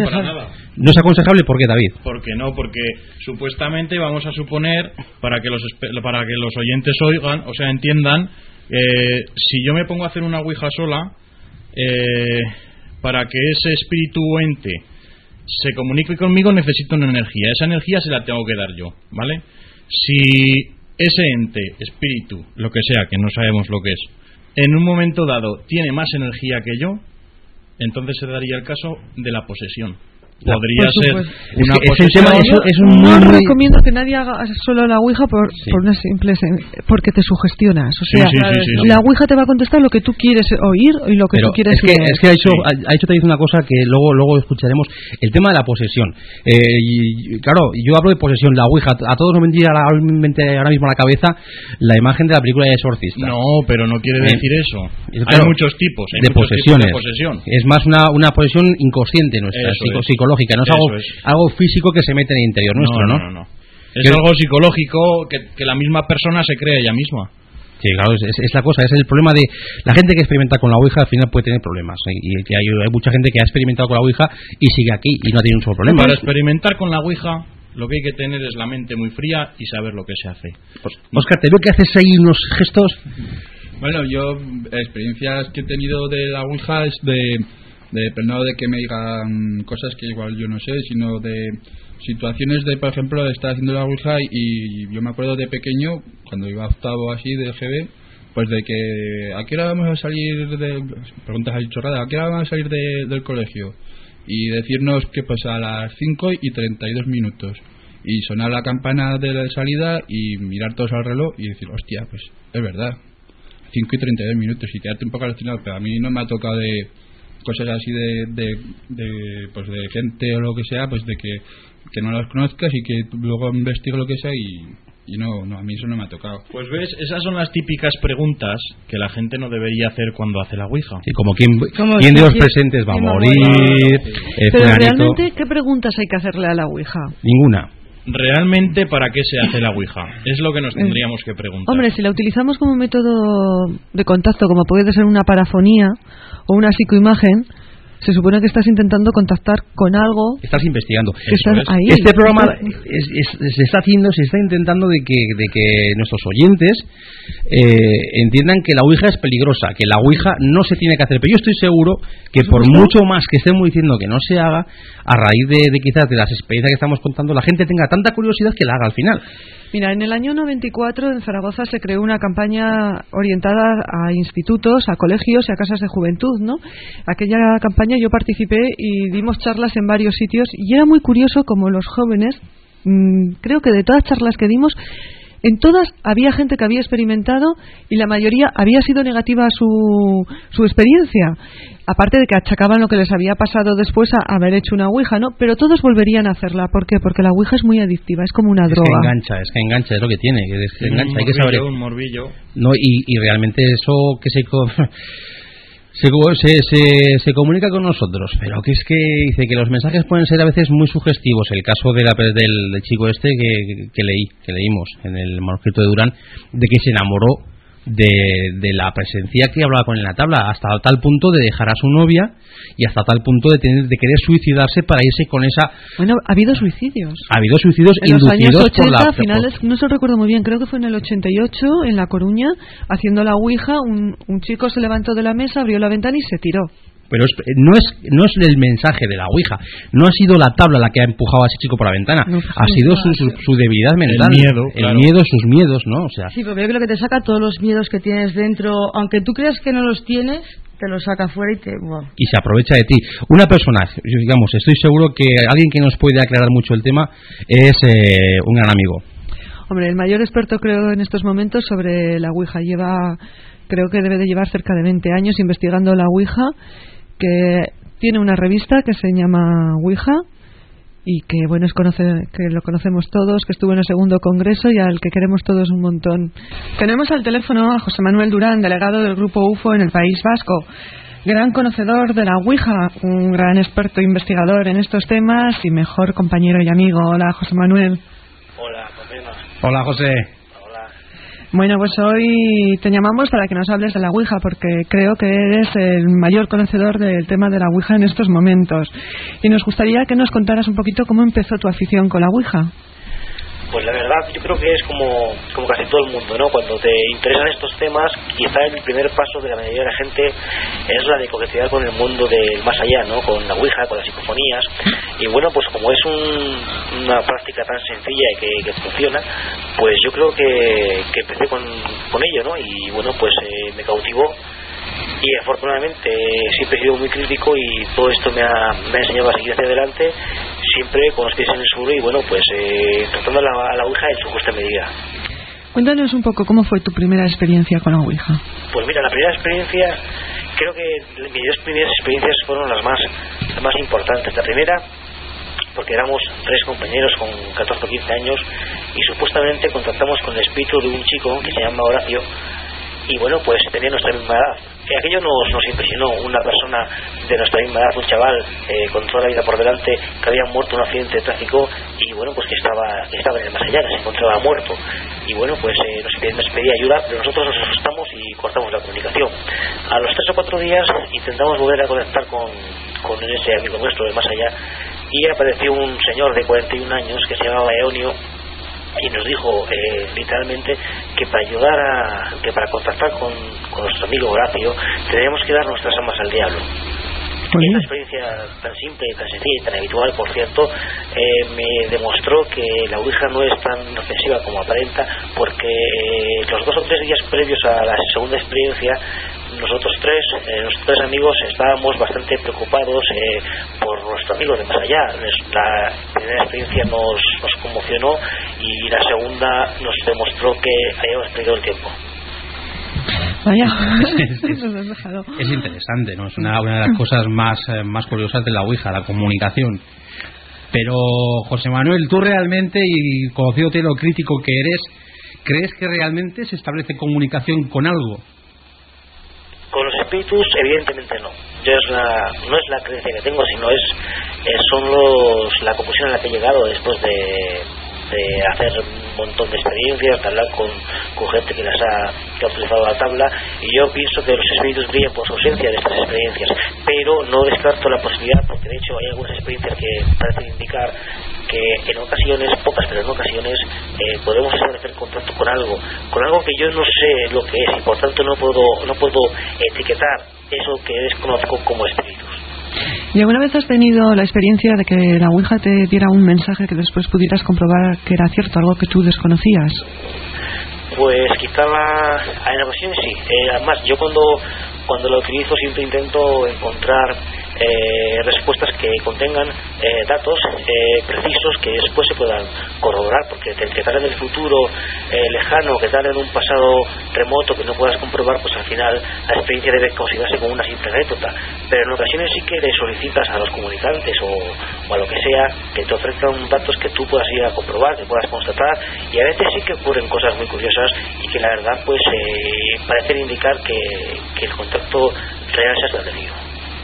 Speaker 1: No es aconsejable, ¿por qué, David?
Speaker 9: Porque no, porque supuestamente vamos a suponer, para que los para que los oyentes oigan, o sea, entiendan, eh, si yo me pongo a hacer una ouija sola, eh, para que ese espíritu o ente se comunique conmigo necesito una energía. Esa energía se la tengo que dar yo, ¿vale? Si ese ente, espíritu, lo que sea, que no sabemos lo que es, en un momento dado tiene más energía que yo, entonces se daría el caso de la posesión. podría ser una
Speaker 1: es que tema, eso, es un
Speaker 2: no
Speaker 1: muy...
Speaker 2: recomiendo que nadie haga solo la ouija por, sí. por una simple porque te sugestionas, o sea,
Speaker 9: sí, sí, sí, sí,
Speaker 2: la
Speaker 9: sí.
Speaker 2: ouija te va a contestar lo que tú quieres oír y lo que
Speaker 1: Pero
Speaker 2: tú quieres
Speaker 1: es que,
Speaker 2: leer.
Speaker 1: es que ha hecho, sí. ha hecho también una cosa que luego luego escucharemos, el tema de la posesión. Eh, y, claro, yo hablo de posesión, la ouija, a todos nos vendría ahora mismo a la cabeza la imagen de la película de Exorcista.
Speaker 9: No, pero no quiere decir eh, eso.
Speaker 1: Claro,
Speaker 9: hay muchos tipos hay
Speaker 1: de
Speaker 9: muchos
Speaker 1: posesiones.
Speaker 9: Tipos de posesión.
Speaker 1: Es más una, una posesión inconsciente nuestra, psico,
Speaker 9: es.
Speaker 1: psicológica, no es algo, es algo físico que se mete en el interior nuestro,
Speaker 9: no,
Speaker 1: ¿no?
Speaker 9: no, no, no. Es algo psicológico que, que la misma persona se cree ella misma.
Speaker 1: Sí, claro, es, es la cosa, es el problema de la gente que experimenta con la ouija al final puede tener problemas, ¿eh? Y que hay, hay mucha gente que ha experimentado con la ouija y sigue aquí y no tiene un solo problema.
Speaker 9: Para experimentar con la ouija lo que hay que tener es la mente muy fría y saber lo que se hace.
Speaker 1: Pues, Óscar, te veo que haces ahí unos gestos.
Speaker 11: Bueno, yo experiencias que he tenido de la ouija es de, de pero no de que me digan cosas que igual yo no sé, sino de situaciones de, por ejemplo, de estar haciendo la ouija y yo me acuerdo de pequeño, cuando iba a octavo así de G B, pues de que ¿a qué hora vamos a salir de preguntas ahí chorradas, ¿a qué hora vamos a salir de, del colegio? Y decirnos que pues a las cinco y treinta y dos minutos y sonar la campana de la salida y mirar todos al reloj y decir, hostia, pues es verdad, cinco y treinta y dos minutos y quedarte un poco alucinado, pero a mí no me ha tocado de cosas así de, de, de pues de gente o lo que sea, pues de que que no las conozcas y que luego investigue lo que sea y, y no, no, a mí eso no me ha tocado.
Speaker 9: Pues ves, esas son las típicas preguntas que la gente no debería hacer cuando hace la ouija.
Speaker 1: Sí, como quién, quién de los presentes va a morir. Eh,
Speaker 2: Pero realmente, ¿qué preguntas hay que hacerle a la ouija?
Speaker 1: Ninguna.
Speaker 9: Realmente, ¿para qué se hace la ouija? Es lo que nos tendríamos que preguntar.
Speaker 2: Hombre, si la utilizamos como método de contacto, como puede ser una parafonía o una psicoimagen, se supone que estás intentando contactar con algo.
Speaker 1: Estás investigando.
Speaker 2: Estás
Speaker 1: es.
Speaker 2: ahí.
Speaker 1: Este programa es, es, se está haciendo, se está intentando de que, de que nuestros oyentes eh, entiendan que la ouija es peligrosa, que la ouija no se tiene que hacer. Pero yo estoy seguro que por mucho más que estemos diciendo que no se haga, a raíz de, de quizás de las experiencias que estamos contando, la gente tenga tanta curiosidad que la haga al final.
Speaker 2: Mira, en el año noventa y cuatro en Zaragoza se creó una campaña orientada a institutos, a colegios y a casas de juventud, ¿no? Aquella campaña yo participé y dimos charlas en varios sitios y era muy curioso como los jóvenes, mmm, creo que de todas las charlas que dimos, en todas había gente que había experimentado y la mayoría había sido negativa su, su experiencia. Aparte de que achacaban lo que les había pasado después a haber hecho una ouija, ¿no? Pero todos volverían a hacerla. ¿Por qué? Porque la ouija es muy adictiva, es como una
Speaker 1: es
Speaker 2: droga.
Speaker 1: Que engancha, es que engancha, es lo que tiene. Es que engancha,
Speaker 9: un
Speaker 1: hay que saber.
Speaker 9: Un morbillo.
Speaker 1: No, y, y realmente eso que se, se, se, se, se comunica con nosotros, pero que es que dice que los mensajes pueden ser a veces muy sugestivos. El caso de la, del, del chico este que, que leí, que leímos en el manuscrito de Durán, de que se enamoró De, de la presencia que hablaba con él en la tabla, hasta tal punto de dejar a su novia y hasta tal punto de tener de querer suicidarse para irse con esa.
Speaker 2: Bueno, ha habido suicidios.
Speaker 1: Ha habido suicidios
Speaker 2: en los años
Speaker 1: inducidos
Speaker 2: ochenta,
Speaker 1: por la.
Speaker 2: finales, no se recuerdo muy bien, creo que fue en el ochenta y ocho, en La Coruña, haciendo la ouija, un, un chico se levantó de la mesa, abrió la ventana y se tiró.
Speaker 1: Pero es, no es no es el mensaje de la ouija, no ha sido la tabla la que ha empujado a ese chico por la ventana, no, ha sido su, su, su debilidad mental,
Speaker 9: el miedo,
Speaker 1: el
Speaker 9: claro.
Speaker 1: miedo, sus miedos, ¿no? O sea,
Speaker 7: sí, pero yo creo que te saca todos los miedos que tienes dentro, aunque tú creas que no los tienes, te los saca fuera y te wow.
Speaker 1: Y se aprovecha de ti. Una persona, digamos, estoy seguro que alguien que nos puede aclarar mucho el tema es eh, un gran amigo.
Speaker 2: Hombre, el mayor experto creo en estos momentos sobre la ouija, lleva, creo que debe de llevar cerca de veinte años investigando la ouija, que tiene una revista que se llama Ouija y que bueno es conoce, que lo conocemos todos, que estuvo en el segundo congreso y al que queremos todos un montón. Tenemos al teléfono a José Manuel Durán, delegado del Grupo U F O en el País Vasco, gran conocedor de la ouija, un gran experto investigador en estos temas y mejor compañero y amigo. Hola, José Manuel.
Speaker 8: Hola, José.
Speaker 1: Hola, José.
Speaker 2: Bueno, pues hoy te llamamos para que nos hables de la ouija, porque creo que eres el mayor conocedor del tema de la ouija en estos momentos. Y nos gustaría que nos contaras un poquito cómo empezó tu afición con la ouija.
Speaker 8: Pues la verdad, yo creo que es como, como casi todo el mundo, ¿no? Cuando te interesan estos temas, quizá el primer paso de la mayoría de la gente es la de coquetear con el mundo del más allá, ¿no? Con la ouija, con las psicofonías. Y bueno, pues como es un, una práctica tan sencilla y que, que funciona, pues yo creo que, que empecé con, con ello, ¿no? Y bueno, pues eh, me cautivó.
Speaker 12: y afortunadamente siempre he sido muy crítico y todo esto me ha, me ha enseñado a seguir hacia adelante, siempre con los pies en el suelo y bueno, pues eh, tratando a la, a la Ouija en su justa medida.
Speaker 2: Cuéntanos un poco cómo fue tu primera experiencia con la Ouija.
Speaker 12: Pues mira, la primera experiencia, creo que mis dos primeras experiencias fueron las más, las más importantes. La primera, porque éramos tres compañeros con catorce o quince años y supuestamente contactamos con el espíritu de un chico que se llama Horacio y bueno, pues tenía nuestra misma edad. Y aquello nos, nos impresionó, una persona de nuestra misma edad, un chaval eh, con toda la vida por delante, que había muerto en un accidente de tráfico y bueno, pues que estaba, que estaba en el más allá, que se encontraba muerto y bueno, pues eh, nos, pedía, nos pedía ayuda, pero nosotros nos asustamos y cortamos la comunicación. A los tres o cuatro días intentamos volver a conectar con, con ese amigo nuestro del más allá y apareció un señor de cuarenta y un años que se llamaba Eonio y nos dijo eh, literalmente que para ayudar a, que para contactar con, con nuestro amigo Horacio teníamos que dar nuestras almas al diablo. Y esta experiencia tan simple, tan sencilla y tan habitual, por cierto, eh, me demostró que la Ouija no es tan inofensiva como aparenta, porque eh, los dos o tres días previos a la segunda experiencia nosotros tres, eh, nuestros tres amigos estábamos bastante preocupados eh, por nuestro amigo de más allá. La primera experiencia nos, nos conmocionó y la segunda nos demostró que habíamos perdido el tiempo.
Speaker 2: Vaya,
Speaker 1: es, es, es interesante, ¿no? Es una, una de las cosas más, eh, más curiosas de la Ouija, la comunicación. Pero, José Manuel, tú realmente, y conociéndote lo crítico que eres, ¿crees que realmente se establece comunicación con algo?
Speaker 12: Con los espíritus, evidentemente no. Yo es la, no es la creencia que tengo, sino es, es son los, la conclusión a la que he llegado después de, de hacer un montón de experiencias, de hablar con, con gente que las ha, que ha utilizado la tabla, y yo pienso que los espíritus brillan por su ausencia de estas experiencias, pero no descarto la posibilidad, porque de hecho hay algunas experiencias que parecen indicar que en ocasiones, pocas pero en ocasiones, eh, podemos establecer contacto con algo, con algo que yo no sé lo que es y por tanto no puedo, no puedo etiquetar eso que desconozco como espíritus.
Speaker 2: ¿Y alguna vez has tenido la experiencia de que la Ouija te diera un mensaje que después pudieras comprobar que era cierto, algo que tú desconocías?
Speaker 12: Pues quizá la, en ocasiones sí. Eh, además, yo cuando cuando lo utilizo siempre intento encontrar eh, respuestas que contengan eh, datos eh, precisos que después se puedan corroborar, porque el que tal en el futuro eh, lejano, que tal en un pasado remoto que no puedas comprobar, pues al final la experiencia debe considerarse como una simple anécdota. Pero en ocasiones sí que le solicitas a los comunicantes o, o a lo que sea que te ofrezcan datos que tú puedas ir a comprobar, que puedas constatar, y a veces sí que ocurren cosas muy curiosas y que la verdad pues eh, parecen indicar que, que el contacto real se ha establecido.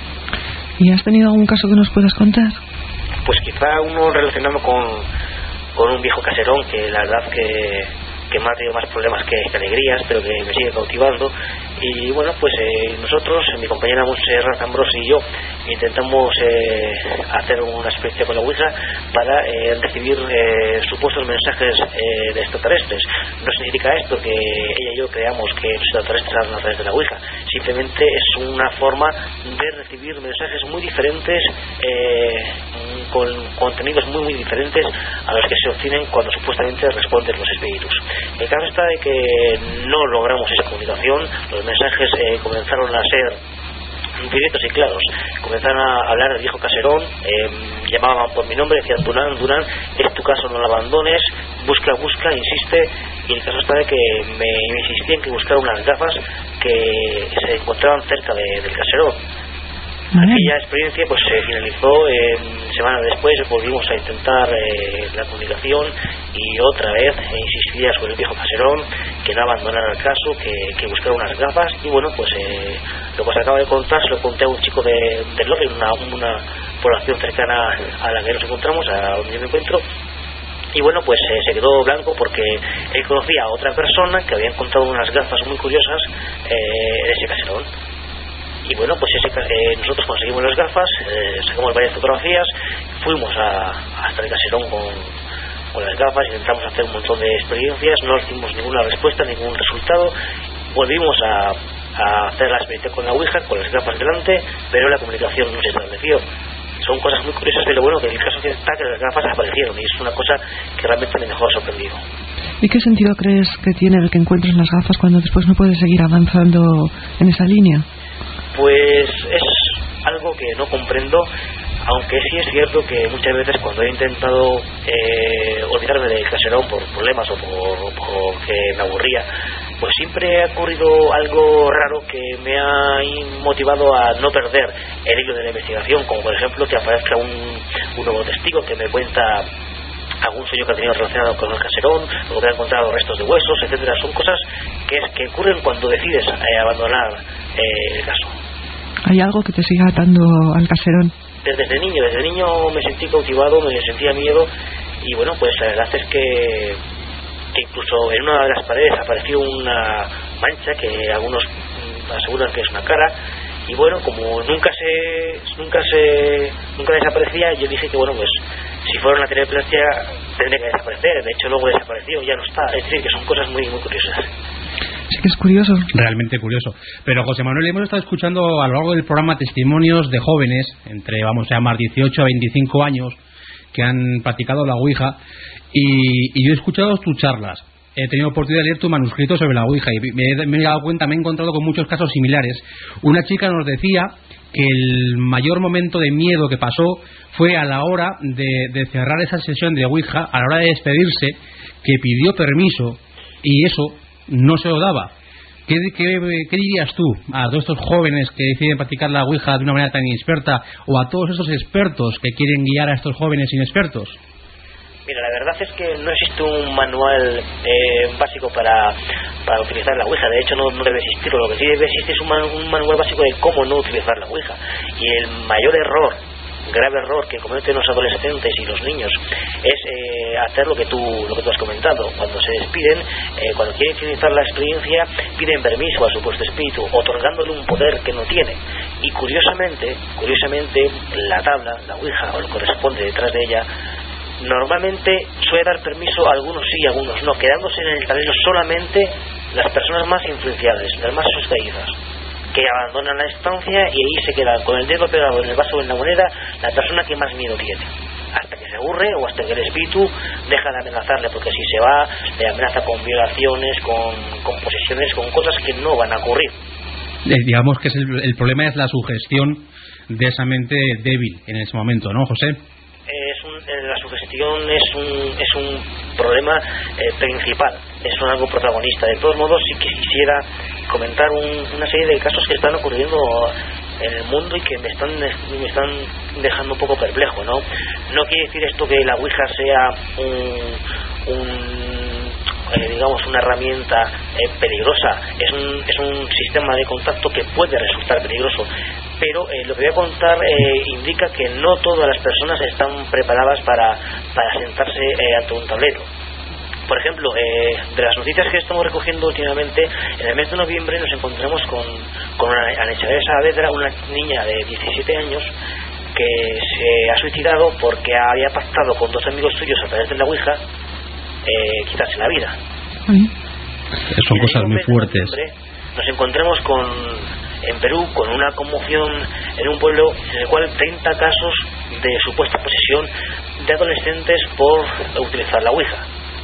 Speaker 2: ¿Y has tenido algún caso que nos puedas contar?
Speaker 12: Pues quizá uno relacionado con, con un viejo caserón que la verdad que, que me ha tenido más problemas que, que alegrías, pero que me sigue cautivando. Y bueno, pues eh, nosotros, mi compañera Montserrat Ambrosio y yo, intentamos eh, hacer una experiencia con la Ouija para eh, recibir eh, supuestos mensajes eh, de extraterrestres. No significa esto que ella y yo creamos que los extraterrestres hablan a través de la Ouija, simplemente es una forma de recibir mensajes muy diferentes, eh, con contenidos muy muy diferentes a los que se obtienen cuando supuestamente responden los espíritus. El caso está de que no logramos esa comunicación. Los mensajes eh, comenzaron a ser directos y claros, comenzaron a hablar del viejo caserón, eh, llamaban por mi nombre, decían Durán, Durán, es tu caso, no lo abandones, busca, busca, insiste, y el caso está de que me, me insistían que buscara unas gafas que se encontraban cerca de, del caserón. Aquella experiencia pues se finalizó, eh, semanas después volvimos a intentar eh, la comunicación y otra vez eh, insistía sobre el viejo caserón, que no abandonara el caso, que, que buscara unas gafas, y bueno, pues eh, lo que os acabo de contar se lo conté a un chico de, de López, una, una población cercana a la que nos encontramos, a donde yo me encuentro. Y bueno, pues eh, se quedó blanco porque él conocía a otra persona que había encontrado unas gafas muy curiosas eh, en ese caserón. Y bueno, pues ese, eh, nosotros conseguimos las gafas, eh, sacamos varias fotografías, fuimos a, hasta el caserón con, con las gafas, intentamos hacer un montón de experiencias, no recibimos ninguna respuesta, ningún resultado, volvimos a, a hacer la experiencia con la Ouija, con las gafas delante, pero la comunicación no se estableció. Son cosas muy curiosas, pero bueno, que el caso que está que las gafas aparecieron, y es una cosa que realmente me dejó sorprendido.
Speaker 2: ¿Y qué sentido crees que tiene el que encuentres las gafas cuando después no puedes seguir avanzando en esa línea?
Speaker 12: pues es algo que no comprendo, aunque sí es cierto que muchas veces cuando he intentado eh, olvidarme del caserón por problemas o por, por que me aburría, pues siempre ha ocurrido algo raro que me ha motivado a no perder el hilo de la investigación, como por ejemplo que aparezca un, un nuevo testigo que me cuenta algún sueño que ha tenido relacionado con el caserón, o que ha encontrado restos de huesos, etcétera. Son cosas que, es, que ocurren cuando decides eh, abandonar eh, el caso.
Speaker 2: ¿Hay algo que te siga atando al caserón?
Speaker 12: Desde, desde niño, desde niño me sentí cautivado, me sentía miedo, y bueno, pues la verdad es que, que incluso en una de las paredes apareció una mancha que algunos aseguran que es una cara, y bueno, como nunca se nunca se nunca desaparecía, yo dije que bueno, pues si fuera una teraplastia tendría que desaparecer. De hecho luego desapareció, ya no está. Es decir, que son cosas muy muy curiosas.
Speaker 2: Sí que es curioso.
Speaker 1: Realmente curioso. Pero José Manuel, hemos estado escuchando a lo largo del programa testimonios de jóvenes entre, vamos a llamar, dieciocho a veinticinco años que han practicado la Ouija, y, y yo he escuchado tus charlas. He tenido oportunidad de leer tu manuscrito sobre la Ouija y me he, me he dado cuenta, me he encontrado con muchos casos similares. Una chica nos decía que el mayor momento de miedo que pasó fue a la hora de, de cerrar esa sesión de Ouija, a la hora de despedirse, que pidió permiso y eso no se lo daba. ¿Qué, qué, qué dirías tú a todos estos jóvenes que deciden practicar la Ouija de una manera tan inexperta, o a todos esos expertos que quieren guiar a estos jóvenes inexpertos?
Speaker 12: Mira, la verdad es que no existe un manual eh, básico para, para utilizar la Ouija. De hecho, no, no debe existir. Lo que sí debe existir es un, man, un manual básico de cómo no utilizar la Ouija. Y el mayor error, grave error que cometen los adolescentes y los niños es eh, hacer lo que tú lo que tú has comentado. Cuando se despiden, eh, cuando quieren finalizar la experiencia, piden permiso al supuesto espíritu, otorgándole un poder que no tiene. Y curiosamente, curiosamente, la tabla, la Ouija, o lo que corresponde detrás de ella, normalmente suele dar permiso a algunos sí y a algunos no, quedándose en el tablero solamente las personas más influenciables, las más asustadizas, que abandonan la estancia y ahí se quedan con el dedo pegado en el vaso o en la moneda la persona que más miedo tiene, hasta que se aburre o hasta que el espíritu deja de amenazarle, porque si se va le amenaza con violaciones, con, con posesiones, con cosas que no van a ocurrir.
Speaker 1: Eh, digamos que es el, el problema es la sugestión de esa mente débil en ese momento, ¿no, José?
Speaker 12: Es un, la sugestión es un, es un problema eh, principal, es un algo protagonista. De todos modos, sí que quisiera comentar un, una serie de casos que están ocurriendo en el mundo y que me están me están dejando un poco perplejo, ¿no? No quiere decir esto que la Ouija sea un, un Eh, digamos una herramienta eh, peligrosa. Es un, es un sistema de contacto que puede resultar peligroso, pero eh, lo que voy a contar eh, indica que no todas las personas están preparadas para, para sentarse eh, ante un tablero. Por ejemplo, eh, de las noticias que estamos recogiendo últimamente, en el mes de noviembre nos encontramos con, con Anechabel Saavedra, una niña de diecisiete años que se ha suicidado porque había pactado con dos amigos suyos a través de la Ouija Eh, quitarse la vida.
Speaker 1: ¿Sí? Son cosas muy fuertes.
Speaker 12: Nos encontramos con en Perú con una conmoción en un pueblo en el cual treinta casos de supuesta posesión de adolescentes por utilizar la Ouija.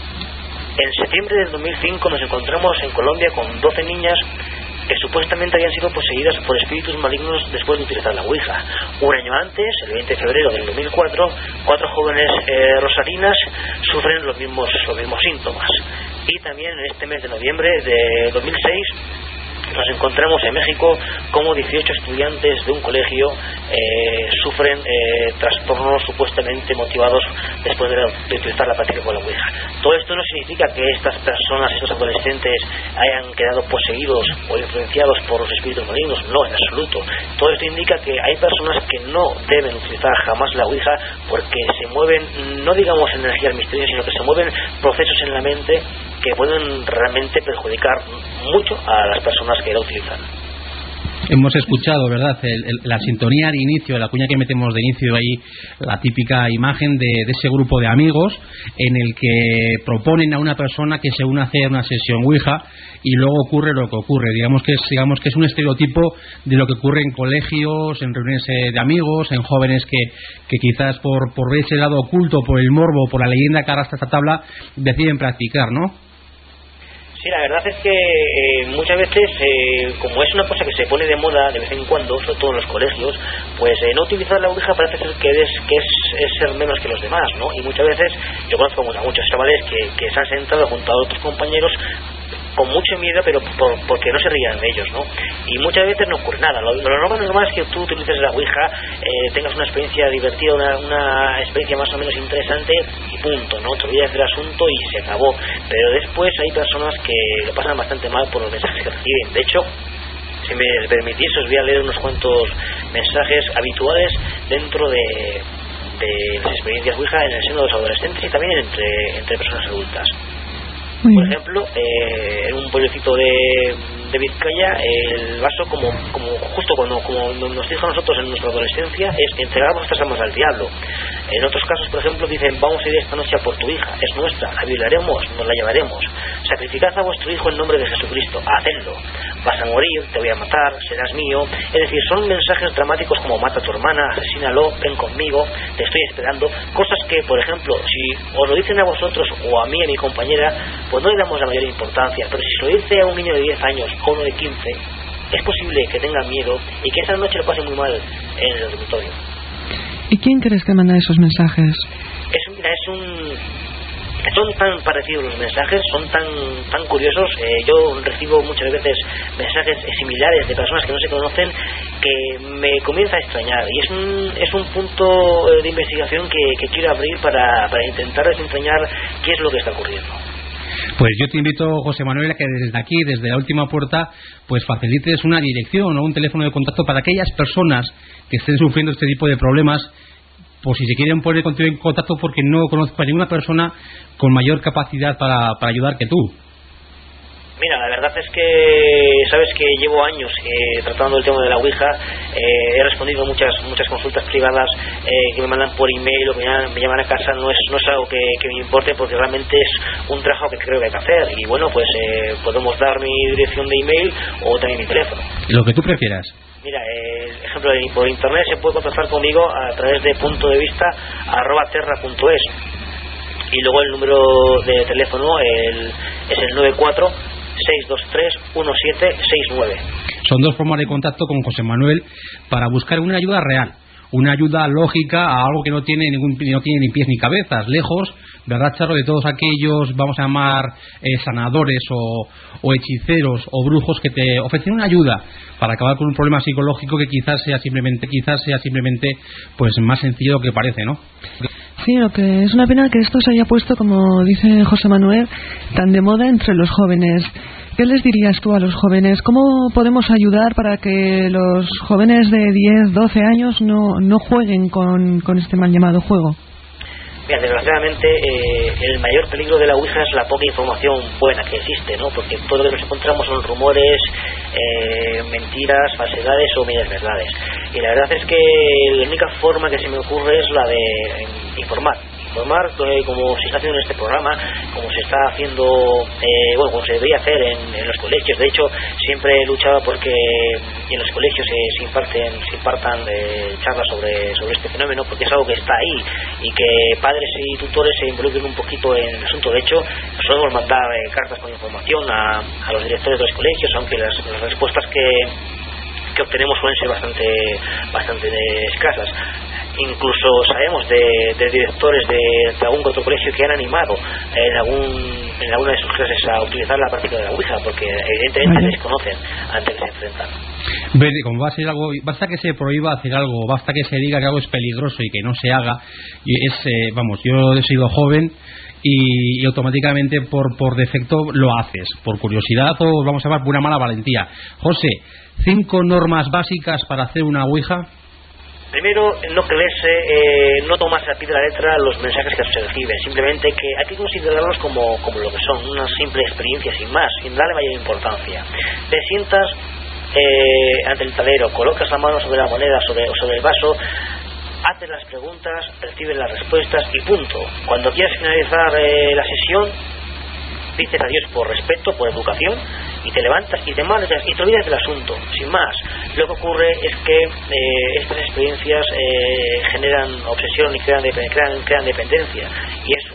Speaker 12: En septiembre del dos mil cinco nos encontramos en Colombia con doce niñas que supuestamente habían sido poseídas por espíritus malignos después de utilizar la Ouija. Un año antes, el veinte de febrero del dos mil cuatro, cuatro jóvenes eh, rosarinas sufren los mismos, los mismos síntomas. Y también en este mes de noviembre de dos mil seis nos encontramos en México como dieciocho estudiantes de un colegio eh, sufren eh, trastornos supuestamente motivados después de, de utilizar la práctica con la Ouija. Todo esto no significa que estas personas, estos adolescentes, hayan quedado poseídos o influenciados por los espíritus malignos. No, en absoluto. Todo esto indica que hay personas que no deben utilizar jamás la Ouija porque se mueven, no digamos energías misteriosas, sino que se mueven procesos en la mente que pueden realmente perjudicar mucho a las personas que la utilizan.
Speaker 1: Hemos escuchado, ¿verdad?, el, el, la sintonía de inicio, la cuña que metemos de inicio ahí, la típica imagen de, de ese grupo de amigos en el que proponen a una persona que se une a hacer una sesión Ouija y luego ocurre lo que ocurre. Digamos que es, digamos que es un estereotipo de lo que ocurre en colegios, en reuniones de amigos, en jóvenes que, que quizás por, por ese lado oculto, por el morbo, por la leyenda que arrastra esta tabla, deciden practicar, ¿no?
Speaker 12: Sí, la verdad es que eh, muchas veces, eh, como es una cosa que se pone de moda de vez en cuando, sobre todo en los colegios, pues eh, no utilizar la Ouija parece ser que, es, que es, es ser menos que los demás, ¿no? Y muchas veces, yo conozco a muchos chavales que, que se han sentado junto a otros compañeros con mucho miedo, pero por, porque no se rían de ellos, ¿no? Y muchas veces no ocurre nada. Lo, lo normal, normal es que tú utilices la Ouija, eh, tengas una experiencia divertida, una, una experiencia más o menos interesante y punto, ¿no? Te olvidas del asunto y se acabó. Pero después hay personas que lo pasan bastante mal por los mensajes que reciben. De hecho, si me permitís, os voy a leer unos cuantos mensajes habituales dentro de, de las experiencias Ouija en el seno de los adolescentes y también entre, entre personas adultas. Por ejemplo, eh, en un pueblecito de, de Vizcaya, el vaso, como, como justo cuando como nos dijo a nosotros en nuestra adolescencia, es entregar vuestras almas al diablo. En otros casos, por ejemplo, dicen: vamos a ir esta noche a por tu hija, es nuestra, la violaremos, nos la llevaremos. Sacrificad a vuestro hijo en nombre de Jesucristo, hacedlo. Vas a morir, te voy a matar, serás mío. Es decir, son mensajes dramáticos como: mata a tu hermana, asesínalo, ven conmigo, te estoy esperando. Cosas que, por ejemplo, si os lo dicen a vosotros o a mí, a mi compañera, pues no le damos la mayor importancia, pero si se lo dice a un niño de diez años o uno de quince, es posible que tenga miedo y que esa noche lo pase muy mal en el dormitorio.
Speaker 2: ¿Y quién crees que manda esos mensajes?
Speaker 12: Es un, mira, es un son tan parecidos los mensajes, son tan tan curiosos. Eh, yo recibo muchas veces mensajes similares de personas que no se conocen, que me comienza a extrañar, y es un, es un punto de investigación que, que quiero abrir para, para intentar desentrañar qué es lo que está ocurriendo.
Speaker 1: Pues yo te invito, José Manuel, a que desde aquí, desde la última puerta, pues facilites una dirección o un teléfono de contacto para aquellas personas que estén sufriendo este tipo de problemas, por si se quieren poner contigo en contacto, porque no conozco a ninguna persona con mayor capacidad para, para ayudar que tú.
Speaker 12: Mira, la verdad es que sabes que llevo años eh, tratando el tema de la Ouija. eh, he respondido muchas muchas consultas privadas eh, que me mandan por email o me llaman, me llaman a casa. No es no es algo que, que me importe, porque realmente es un trabajo que creo que hay que hacer. Y bueno, pues eh, podemos dar mi dirección de email o también mi teléfono.
Speaker 1: Lo que tú prefieras.
Speaker 12: Mira, eh, ejemplo, por internet se puede contactar conmigo a través de punto de vista arroba terra punto es, y luego el número de teléfono el, es el nueve cuatro seis dos tres uno siete seis nueve.
Speaker 1: Son dos formas de contacto con José Manuel para buscar una ayuda real, una ayuda lógica a algo que no tiene ningún no tiene ni pies ni cabezas, lejos, ¿verdad, Charro?, de todos aquellos, vamos a llamar, eh, sanadores o, o hechiceros o brujos que te ofrecen una ayuda para acabar con un problema psicológico que quizás sea simplemente quizás sea simplemente pues más sencillo de lo que parece, ¿no?
Speaker 2: Sí, lo que es una pena que esto se haya puesto, como dice José Manuel, tan de moda entre los jóvenes. ¿Qué les dirías tú a los jóvenes? ¿Cómo podemos ayudar para que los jóvenes de diez, doce años no, no jueguen con, con este mal llamado juego?
Speaker 12: Mira, desgraciadamente eh, el mayor peligro de la Ouija es la poca información buena que existe, ¿no? Porque todo lo que nos encontramos son rumores, eh, mentiras, falsedades o medias verdades. Y la verdad es que la única forma que se me ocurre es la de eh, informar. Informar eh, como se está haciendo en este programa, como se está haciendo, eh, bueno, como se debería hacer en, en los colegios. De hecho, siempre he luchado porque en los colegios se, se imparten, se impartan eh, charlas sobre, sobre este fenómeno, porque es algo que está ahí y que padres y tutores se involucren un poquito en el asunto. De hecho, solemos mandar eh, cartas con información a, a los directores de los colegios, aunque las, las respuestas que, que obtenemos suelen ser bastante, bastante escasas. Incluso sabemos de, de directores de, de algún otro colegio que han animado en algún en alguna de sus clases a utilizar la práctica de la Ouija, porque evidentemente se desconocen antes que se enfrentan.
Speaker 1: Como va a ser algo, basta que se prohíba hacer algo, basta que se diga que algo es peligroso y que no se haga. Y es, eh, vamos, yo he sido joven y, y automáticamente por por defecto lo haces, por curiosidad o vamos a llamar por una mala valentía. José, cinco normas básicas para hacer una Ouija.
Speaker 12: Primero, no creerse, eh, no tomarse a pie de la letra los mensajes que se reciben. Simplemente que hay que considerarlos como, como lo que son, una simple experiencia sin más, sin darle mayor importancia. Te sientas eh, ante el tablero, colocas la mano sobre la moneda sobre, o sobre el vaso, haces las preguntas, recibes las respuestas y punto. Cuando quieras finalizar eh, la sesión, dices adiós por respeto, por educación, y te levantas y te marchas y te olvidas del asunto, sin más. Lo que ocurre es que eh, estas experiencias eh, generan obsesión y crean, crean, crean dependencia, y es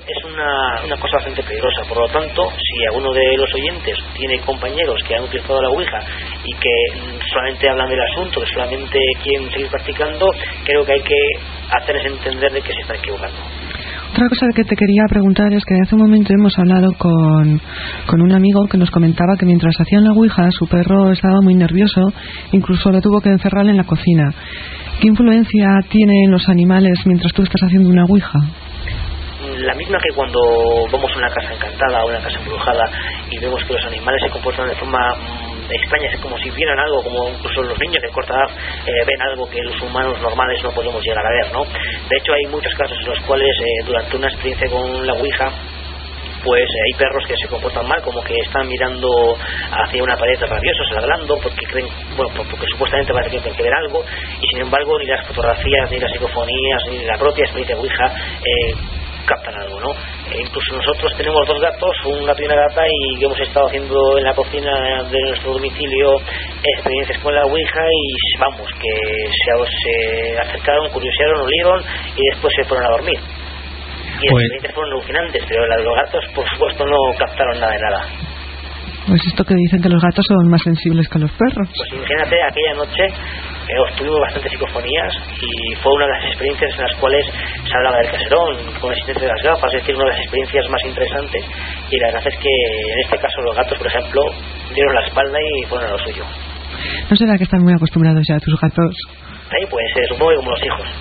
Speaker 12: es una, una cosa bastante peligrosa. Por lo tanto, si alguno de los oyentes tiene compañeros que han utilizado la Ouija y que solamente hablan del asunto, que solamente quieren seguir practicando, creo que hay que hacerles entender de que se están equivocando.
Speaker 2: Otra cosa que te quería preguntar es que hace un momento hemos hablado con, con un amigo que nos comentaba que mientras hacían la Ouija su perro estaba muy nervioso, incluso lo tuvo que encerrar en la cocina. ¿Qué influencia tienen los animales mientras tú estás haciendo una Ouija?
Speaker 12: La misma que cuando vamos a una casa encantada o una casa embrujada y vemos que los animales se comportan de forma mmm, extraña, es como si vieran algo, como incluso los niños de corta edad eh, ven algo que los humanos normales no podemos llegar a ver, ¿no? De hecho, hay muchos casos en los cuales eh, durante una experiencia con la Ouija, pues eh, hay perros que se comportan mal, como que están mirando hacia una pared rabiosos, ladrando, porque creen, bueno, porque supuestamente parece que tienen que ver algo, y sin embargo ni las fotografías, ni las psicofonías, ni la propia experiencia Ouija eh, captan algo, ¿no? E incluso nosotros tenemos dos gatos, un gato y una gata, y hemos estado haciendo en la cocina de nuestro domicilio experiencias con la Ouija y vamos, que se, se acercaron, curiosearon, olieron y después se fueron a dormir. Y las experiencias fueron alucinantes, pero las de los gatos, por supuesto, no captaron nada de nada.
Speaker 2: Pues esto que dicen que los gatos son más sensibles que los perros.
Speaker 12: Pues imagínate, aquella noche eh, obtuvimos bastantes psicofonías y fue una de las experiencias en las cuales se hablaba del caserón, con la existencia de las gafas, es decir, una de las experiencias más interesantes. Y la verdad es que en este caso los gatos, por ejemplo, dieron la espalda y fueron a lo suyo.
Speaker 2: ¿No será que están muy acostumbrados ya a tus gatos?
Speaker 12: Sí, pues eh, supongo que como los hijos.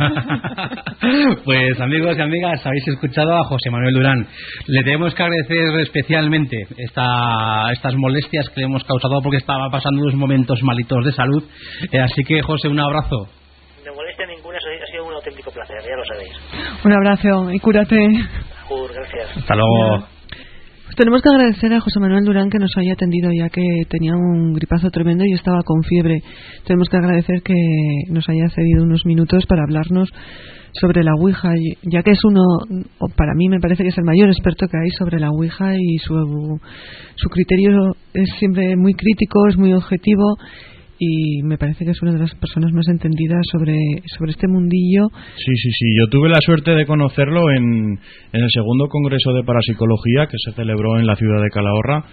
Speaker 1: Pues amigos y amigas, habéis escuchado a José Manuel Durán. Le tenemos que agradecer especialmente esta, estas molestias que le hemos causado porque estaba pasando unos momentos malitos de salud. Eh, así que, José, un abrazo.
Speaker 12: No molestia ninguna, ha sido un auténtico placer, ya lo sabéis.
Speaker 2: Un abrazo y cúrate.
Speaker 12: Jur, gracias.
Speaker 1: Hasta luego.
Speaker 2: Pues tenemos que agradecer a José Manuel Durán que nos haya atendido, ya que tenía un gripazo tremendo y estaba con fiebre. Tenemos que agradecer que nos haya cedido unos minutos para hablarnos sobre la Ouija, ya que es uno, o para mí me parece que es el mayor experto que hay sobre la Ouija, y su, su criterio es siempre muy crítico, es muy objetivo, y me parece que es una de las personas más entendidas sobre, sobre este mundillo.
Speaker 9: Sí, sí, sí. Yo tuve la suerte de conocerlo en, en el segundo Congreso de Parapsicología que se celebró en la ciudad de Calahorra,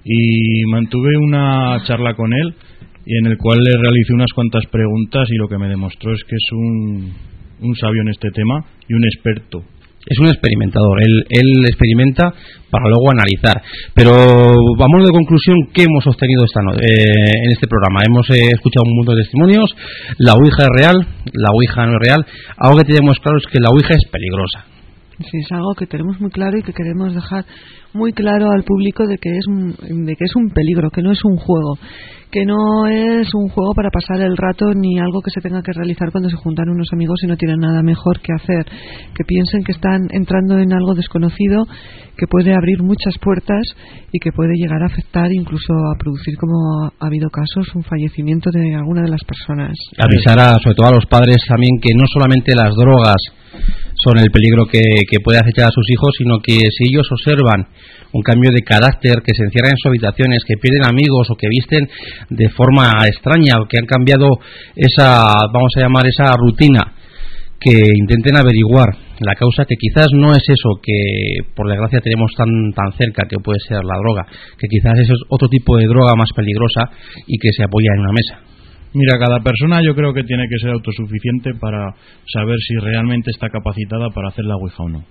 Speaker 9: y mantuve una charla con él y en el cual le realicé unas cuantas preguntas, y lo que me demostró es que es un, un sabio en este tema y un experto.
Speaker 1: Es un experimentador, él, él experimenta para luego analizar. Pero vamos de conclusión, ¿qué hemos obtenido esta no- eh, en este programa? Hemos eh, escuchado un montón de testimonios. La Ouija es real, la Ouija no es real. Algo que tenemos claro es que la Ouija es peligrosa.
Speaker 2: Sí, es algo que tenemos muy claro y que queremos dejar muy claro al público de que es un, de que es un peligro, que no es un juego, que no es un juego para pasar el rato ni algo que se tenga que realizar cuando se juntan unos amigos y no tienen nada mejor que hacer, que piensen que están entrando en algo desconocido, que puede abrir muchas puertas y que puede llegar a afectar, incluso a producir, como ha habido casos, un fallecimiento de alguna de las personas.
Speaker 1: Avisar a, sobre todo a los padres también, que no solamente las drogas son el peligro que, que puede acechar a sus hijos, sino que si ellos observan un cambio de carácter, que se encierran en sus habitaciones, que pierden amigos o que visten de forma extraña, o que han cambiado esa, vamos a llamar, esa rutina, que intenten averiguar la causa, que quizás no es eso que por desgracia tenemos tan tan cerca, que puede ser la droga, que quizás eso es otro tipo de droga más peligrosa y que se apoya en una mesa.
Speaker 9: Mira, cada persona yo creo que tiene que ser autosuficiente para saber si realmente está capacitada para hacer la Ouija o no.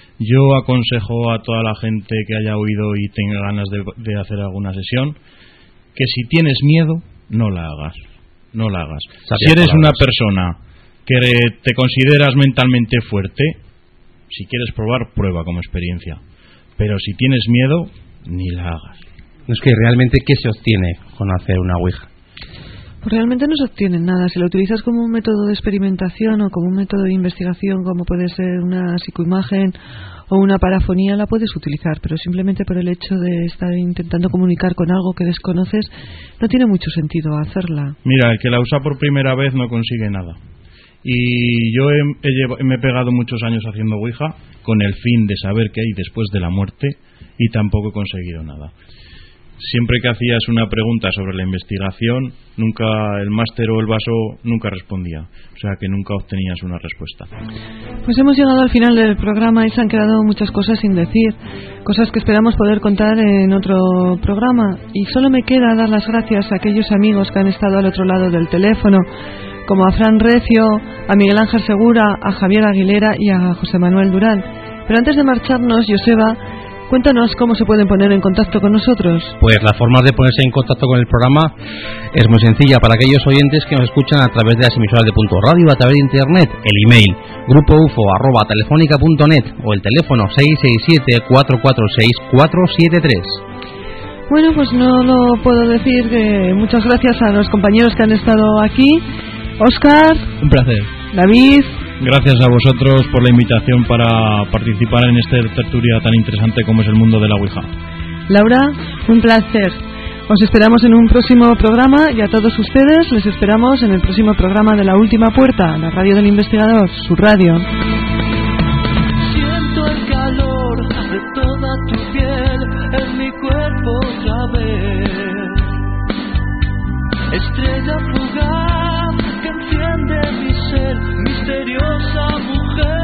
Speaker 9: Yo aconsejo a toda la gente que haya oído y tenga ganas de, de hacer alguna sesión, que si tienes miedo, no la hagas. No la hagas. Si eres una persona que te consideras mentalmente fuerte, si quieres probar, prueba como experiencia. Pero si tienes miedo, ni la hagas.
Speaker 1: Es que realmente, ¿qué se obtiene con hacer una Ouija?
Speaker 2: Pues realmente no se obtiene nada. Si lo utilizas como un método de experimentación o como un método de investigación, como puede ser una psicoimagen o una parafonía, la puedes utilizar, pero simplemente por el hecho de estar intentando comunicar con algo que desconoces, no tiene mucho sentido hacerla.
Speaker 9: Mira, el que la usa por primera vez no consigue nada. Y yo he, he llevo, me he pegado muchos años haciendo Ouija con el fin de saber qué hay después de la muerte, y tampoco he conseguido nada. siempre que hacías una pregunta sobre la investigación, nunca el máster o el vaso nunca respondía, o sea que nunca obtenías una respuesta.
Speaker 2: Pues hemos llegado al final del programa y se han quedado muchas cosas sin decir, cosas que esperamos poder contar en otro programa, y solo me queda dar las gracias a aquellos amigos que han estado al otro lado del teléfono, como a Fran Recio, a Miguel Ángel Segura, a Javier Aguilera y a José Manuel Durán. Pero antes de marcharnos, Joseba, cuéntanos cómo se pueden poner en contacto con nosotros.
Speaker 1: Pues la forma de ponerse en contacto con el programa es muy sencilla para aquellos oyentes que nos escuchan a través de las emisoras de Punto Radio, a través de internet, el email grupoufo arroba telefónica punto net o el teléfono seis seis siete, cuatro cuatro seis, cuatro siete tres.
Speaker 2: Bueno, pues no lo puedo decir, que muchas gracias a los compañeros que han estado aquí. Óscar.
Speaker 9: Un placer.
Speaker 2: David.
Speaker 9: Gracias a vosotros por la invitación para participar en esta tertulia tan interesante como es el mundo de la Ouija.
Speaker 2: Laura.
Speaker 7: Un placer.
Speaker 2: Os esperamos en un próximo programa, y a todos ustedes les esperamos en el próximo programa de La Última Puerta, la radio del investigador, su radio.
Speaker 13: Siento el calor de toda tu piel en mi cuerpo otra vez. Estrella fugaz que enciende mi ser, misteriosa mujer.